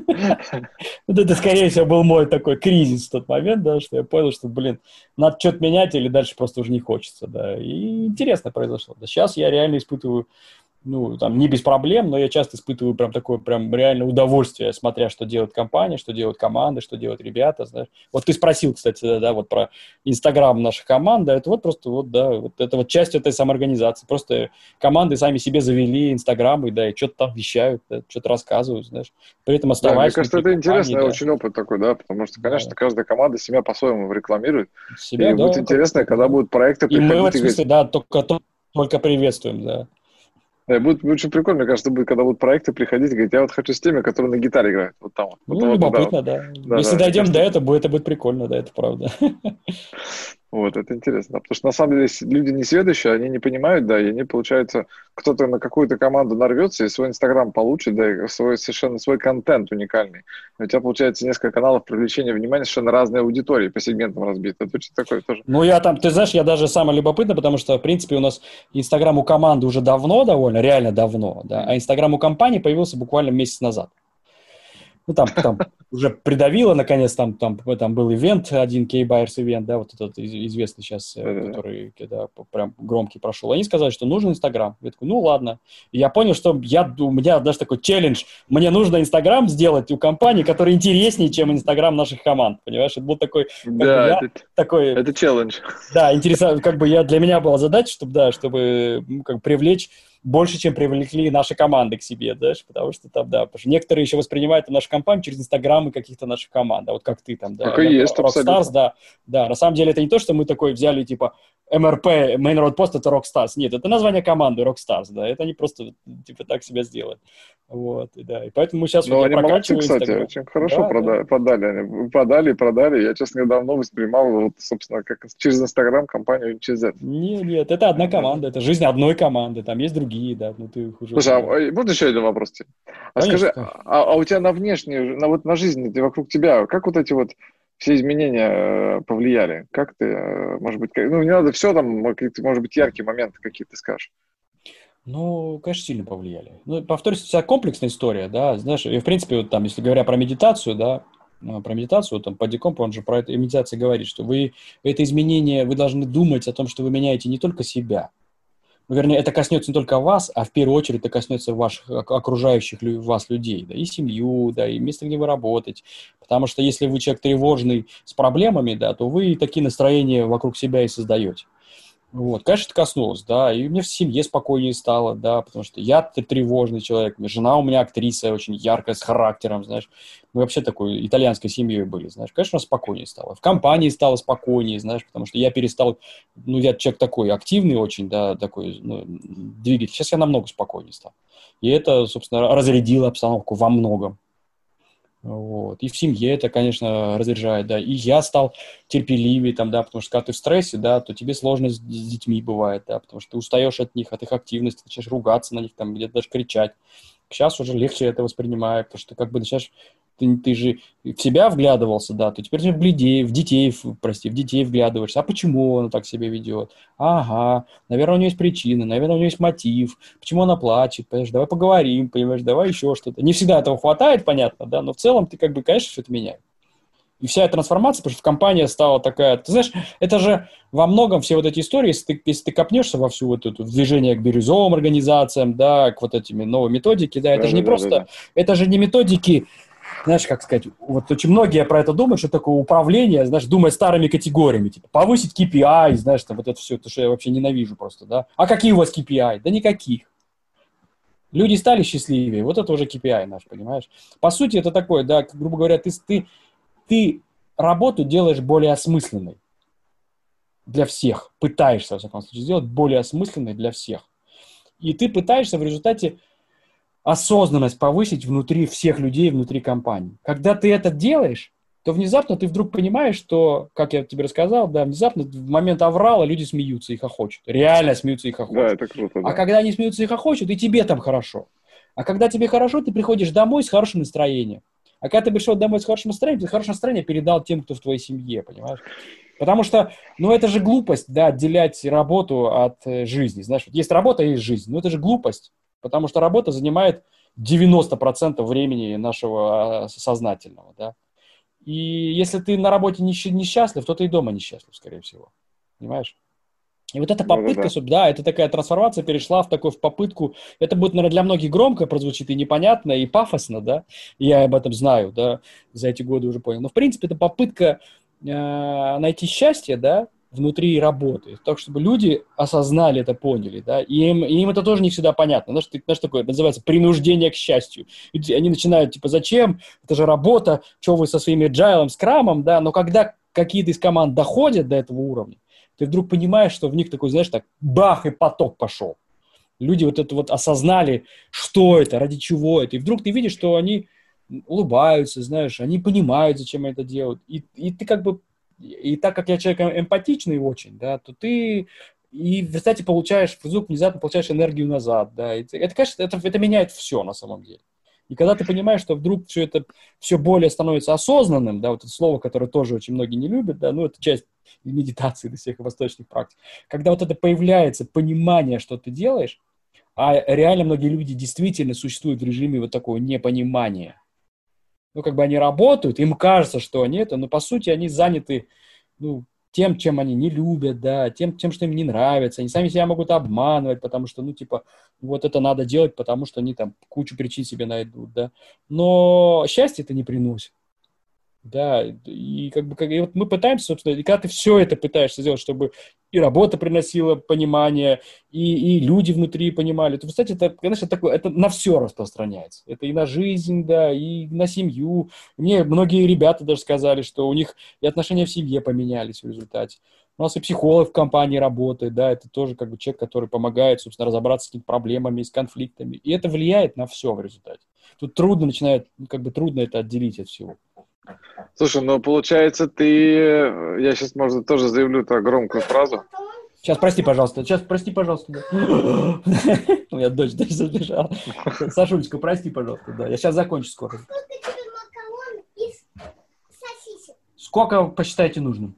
Вот это, скорее всего, был мой такой кризис в тот момент, да, что я понял, что, надо что-то менять или дальше просто уже не хочется, да. И интересно произошло. Сейчас я реально испытываю, не без проблем, но я часто испытываю такое реально удовольствие, смотря, что делает компания, что делают команды, что делают ребята, знаешь. Вот ты спросил, кстати, да, вот про Инстаграм нашей команды, это вот просто это часть этой самоорганизации. Просто команды сами себе завели Инстаграмы, да, и что-то там вещают, да, что-то рассказывают, знаешь. При этом оставаясь... Да, мне кажется, это интересный очень опыт такой, да, потому что, конечно, каждая команда себя по-своему рекламирует. Себя, и будет интересно, когда будут проекты приходить. И мы в этом смысле, да, только приветствуем, да. Будет очень прикольно, мне кажется, когда будут проекты приходить и говорить, я вот хочу с теми, которые на гитаре играют. Вот там вот. Любопытно, да. Если дойдем до этого, это будет прикольно, да, это правда. Вот, это интересно. Потому что, на самом деле, люди несведущие, они не понимают, да, и они, получается, кто-то на какую-то команду нарвется и свой Инстаграм получит, да, и совершенно свой контент уникальный. У тебя, получается, несколько каналов привлечения внимания, совершенно разные аудитории по сегментам разбиты. Это что такое тоже? Ты знаешь, я даже самое любопытное, потому что, в принципе, у нас Инстаграм у команды уже давно довольно, реально давно, да, а Инстаграм у компании появился буквально месяц назад. Там уже придавило, наконец, там был ивент, один K-Buyers ивент, да, вот этот известный сейчас, который прям громкий прошел. Они сказали, что нужен Инстаграм. Я такой, ладно. И я понял, что у меня даже такой челлендж. Мне нужно Инстаграм сделать у компании, который интереснее, чем Инстаграм наших команд. Понимаешь? Это был такой... это челлендж. Да, интересно, для меня была задача, чтобы привлечь больше, чем привлекли наши команды к себе, знаешь, потому что некоторые еще воспринимают нашу компанию через инстаграмы каких-то наших команд, вот как ты там, да. Так и есть, Rockstars, да, на самом деле это не то, что мы такой взяли, типа, МРП, Main Road Post, это Rockstars, нет, это название команды Rockstars, да, это не просто, типа, так себя сделать, вот, да, и поэтому мы сейчас они молодцы, кстати, очень хорошо продали, я, честно говоря, давно воспринимал, собственно, как через Инстаграм компанию через это. Нет, это одна команда, это жизнь одной команды, там есть другие. Да, ты их уже... Слушай, можно еще один вопрос тебе? Скажи, а у тебя на внешнюю, на жизнь вокруг тебя, как вот эти вот все изменения повлияли? Как ты, может быть, не надо все там, может быть, яркие моменты какие-то скажешь? Конечно, сильно повлияли. Повторюсь, вся комплексная история, да, знаешь, и, в принципе, вот там, если говоря про медитацию, да, там, Падикомп, он же про это медитация говорит, что это изменение, вы должны думать о том, что вы меняете не только себя. Вернее, это коснется не только вас, а в первую очередь это коснется ваших окружающих вас людей, да, и семью, да, и место, где вы работаете. Потому что если вы человек тревожный с проблемами, да, то вы такие настроения вокруг себя и создаете. Вот, конечно, это коснулось, да, и мне в семье спокойнее стало, да, потому что я тревожный человек, жена у меня актриса очень яркая, с характером, знаешь, мы вообще такой итальянской семьей были, знаешь, конечно, спокойнее стало, в компании стало спокойнее, знаешь, потому что я перестал, я человек такой активный очень, да, такой, двигатель, сейчас я намного спокойнее стал, и это, собственно, разрядило обстановку во многом. Вот. И в семье это, конечно, разряжает, да. И я стал терпеливее, там, да, потому что когда ты в стрессе, да, то тебе сложно с детьми бывает, да, потому что ты устаешь от них, от их активности, начинаешь ругаться на них, там, где-то даже кричать. Сейчас уже легче это воспринимаю, потому что начинаешь, ты же в себя вглядывался, да, то теперь в детей вглядываешься. А почему он так себя ведет? Ага, наверное, у него есть причина, наверное, у него есть мотив. Почему она плачет? Понимаешь, давай поговорим, понимаешь, давай еще что-то. Не всегда этого хватает, понятно, да, но в целом ты конечно, все это меняешь. И вся эта трансформация, потому что компания стала такая... Ты знаешь, это же во многом все вот эти истории, если ты копнешься во всю вот эту движение к бирюзовым организациям, да, к вот этим новым методике, да, это же не просто... Это же не методики знаешь, как сказать, вот очень многие про это думают, что такое управление, знаешь, думая старыми категориями, типа повысить KPI, знаешь, там вот это все, то, что я вообще ненавижу просто, да. А какие у вас KPI? Да никаких. Люди стали счастливее, вот это уже KPI наш, понимаешь? По сути, это такое, да, грубо говоря, ты работу делаешь более осмысленной для всех, пытаешься, во всяком случае, сделать более осмысленной для всех. И ты пытаешься в результате осознанность повысить внутри всех людей, внутри компании. Когда ты это делаешь, то внезапно ты вдруг понимаешь, что, как я тебе рассказал, да, внезапно в момент аврала люди смеются и хохочут. Реально смеются и хохочут. Да, это круто, да. А когда они смеются и хохочут, и тебе там хорошо. А когда тебе хорошо, ты приходишь домой с хорошим настроением. А когда ты пришел домой с хорошим настроением, ты хорошее настроение передал тем, кто в твоей семье, понимаешь? Потому что, ну, это же глупость, да, отделять работу от жизни. Знаешь, вот есть работа, есть жизнь. Ну, это же глупость, потому что работа занимает 90% времени нашего сознательного, да. И если ты на работе несчастлив, то ты и дома несчастлив, скорее всего. Понимаешь? И вот эта попытка, да, это такая трансформация перешла в попытку, это будет, наверное, для многих громко прозвучит и непонятно, и пафосно, да, я об этом знаю, да, за эти годы уже понял. Но, в принципе, это попытка найти счастье, да, внутри работы, так, чтобы люди осознали это, поняли, да, и им это тоже не всегда понятно. Знаешь, такое называется принуждение к счастью. И они начинают, типа, зачем? Это же работа, что вы со своими agile, скрамом, да, но когда какие-то из команд доходят до этого уровня, ты вдруг понимаешь, что в них такой, знаешь, так, бах, и поток пошел. Люди вот это вот осознали, что это, ради чего это, и вдруг ты видишь, что они улыбаются, знаешь, они понимают, зачем это делают, и ты как бы, и так как я человек эмпатичный очень, да, то ты и в результате получаешь, вдруг внезапно получаешь энергию назад, да, это, конечно, это меняет все на самом деле. И когда ты понимаешь, что вдруг все это все более становится осознанным, да, вот это слово, которое тоже очень многие не любят, да, ну, это часть медитации до всех восточных практик. Когда вот это появляется понимание, что ты делаешь, а реально многие люди действительно существуют в режиме вот такого непонимания. Ну, как бы они работают, им кажется, что они это, но по сути они заняты, ну, тем, чем они не любят, да, тем, что им не нравится. Они сами себя могут обманывать, потому что, ну, типа, вот это надо делать, потому что они там кучу причин себе найдут, да. Но счастье это не приносит. Да, и как бы и вот мы пытаемся, собственно, и когда ты все это пытаешься сделать, чтобы и работа приносила понимание, и люди внутри понимали, то, кстати, это, конечно, такое, это на все распространяется. Это и на жизнь, да, и на семью. Мне многие ребята даже сказали, что у них и отношения в семье поменялись в результате. У нас и психолог в компании работает, да, это тоже как бы человек, который помогает, собственно, разобраться с какими-то проблемами, с конфликтами. И это влияет на все в результате. Тут трудно это отделить от всего. Слушай, ну получается я сейчас, может, тоже заявлю так громкую фразу. Сейчас, прости, пожалуйста. Да. У меня дочь забежала. Сашулечка, прости, пожалуйста. Да, я сейчас закончу скоро. Сколько тебе макарон из сосисок? Сколько посчитаете нужным?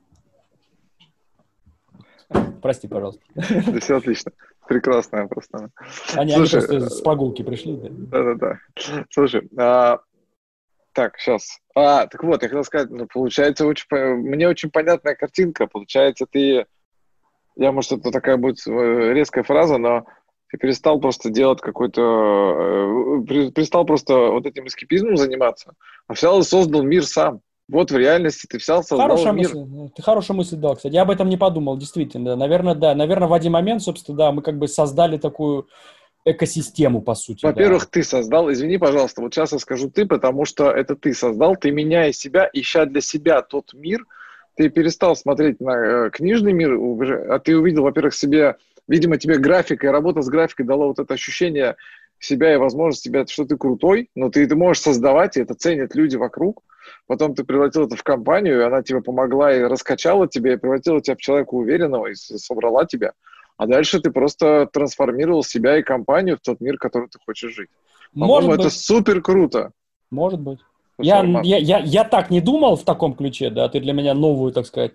Прости, пожалуйста. Да все отлично. Прекрасная просто. Они просто с прогулки пришли. Да. Слушай, так, сейчас. Так вот, я хотел сказать, ну, получается, мне очень понятная картинка. Получается, может, это такая будет резкая фраза, но ты перестал просто делать перестал просто вот этим эскапизмом заниматься, а взял и создал мир сам. Вот в реальности ты взял, создал мир. Ты хорошую мысль дал, кстати. Я об этом не подумал, действительно. Да. Наверное, в один момент, собственно, да, мы как бы создали такую экосистему, по сути. Во-первых, ты создал, извини, пожалуйста, вот сейчас я скажу ты, потому что это ты создал, ты, меняя себя, ища для себя тот мир, ты перестал смотреть на книжный мир, а ты увидел, во-первых, себе, видимо, тебе графика и работа с графикой дала вот это ощущение себя и возможность тебя, что ты крутой, но ты можешь создавать, и это ценят люди вокруг. Потом ты превратил это в компанию, и она тебе помогла и раскачала тебя, и превратила тебя в человека уверенного, и собрала тебя. А дальше ты просто трансформировал себя и компанию в тот мир, в котором ты хочешь жить. По-моему, это супер круто. Может быть. Я так не думал в таком ключе, да, ты для меня новую, так сказать,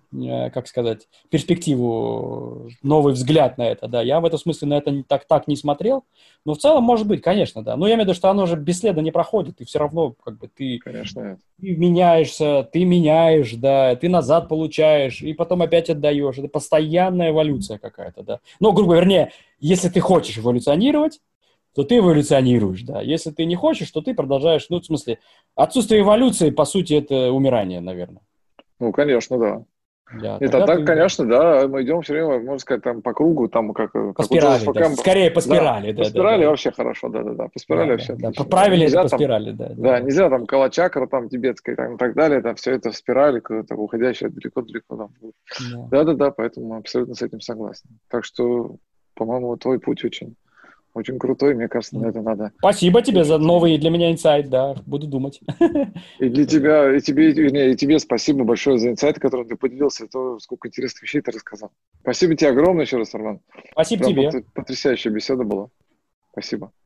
перспективу, новый взгляд на это, да. Я в этом смысле на это так не смотрел, но в целом, может быть, конечно, да. Но я имею в виду, что оно же бесследно не проходит, и все равно, как бы, ты меняешься, ты меняешь, да, ты назад получаешь, и потом опять отдаешь. Это постоянная эволюция какая-то, да. Ну, грубо говоря, если ты хочешь эволюционировать, то ты эволюционируешь, да. Если ты не хочешь, то ты продолжаешь, ну, в смысле, отсутствие эволюции, по сути, это умирание, наверное. Ну, конечно, да. Да, Нет, а так, конечно, да, мы идем все время, можно сказать, там по кругу, там по спирали, да. Скорее по спирали, да. По спирали вообще хорошо, да. По спирали вообще отлично. Правильно это по спирали, да. Да, нельзя там калачакра, там тибетская, там, и так далее, там все это в спирали, куда-то уходящее далеко-далеко. Там. Да, поэтому абсолютно с этим согласен. Так что, по-моему, твой путь очень крутой, мне кажется, на это надо. Спасибо тебе за новый для меня инсайт, да, буду думать. И для тебя, и тебе спасибо большое за инсайт, которым ты поделился, то, сколько интересных вещей ты рассказал. Спасибо тебе огромное еще раз, Арман. Спасибо Прям тебе. Потрясающая беседа была. Спасибо.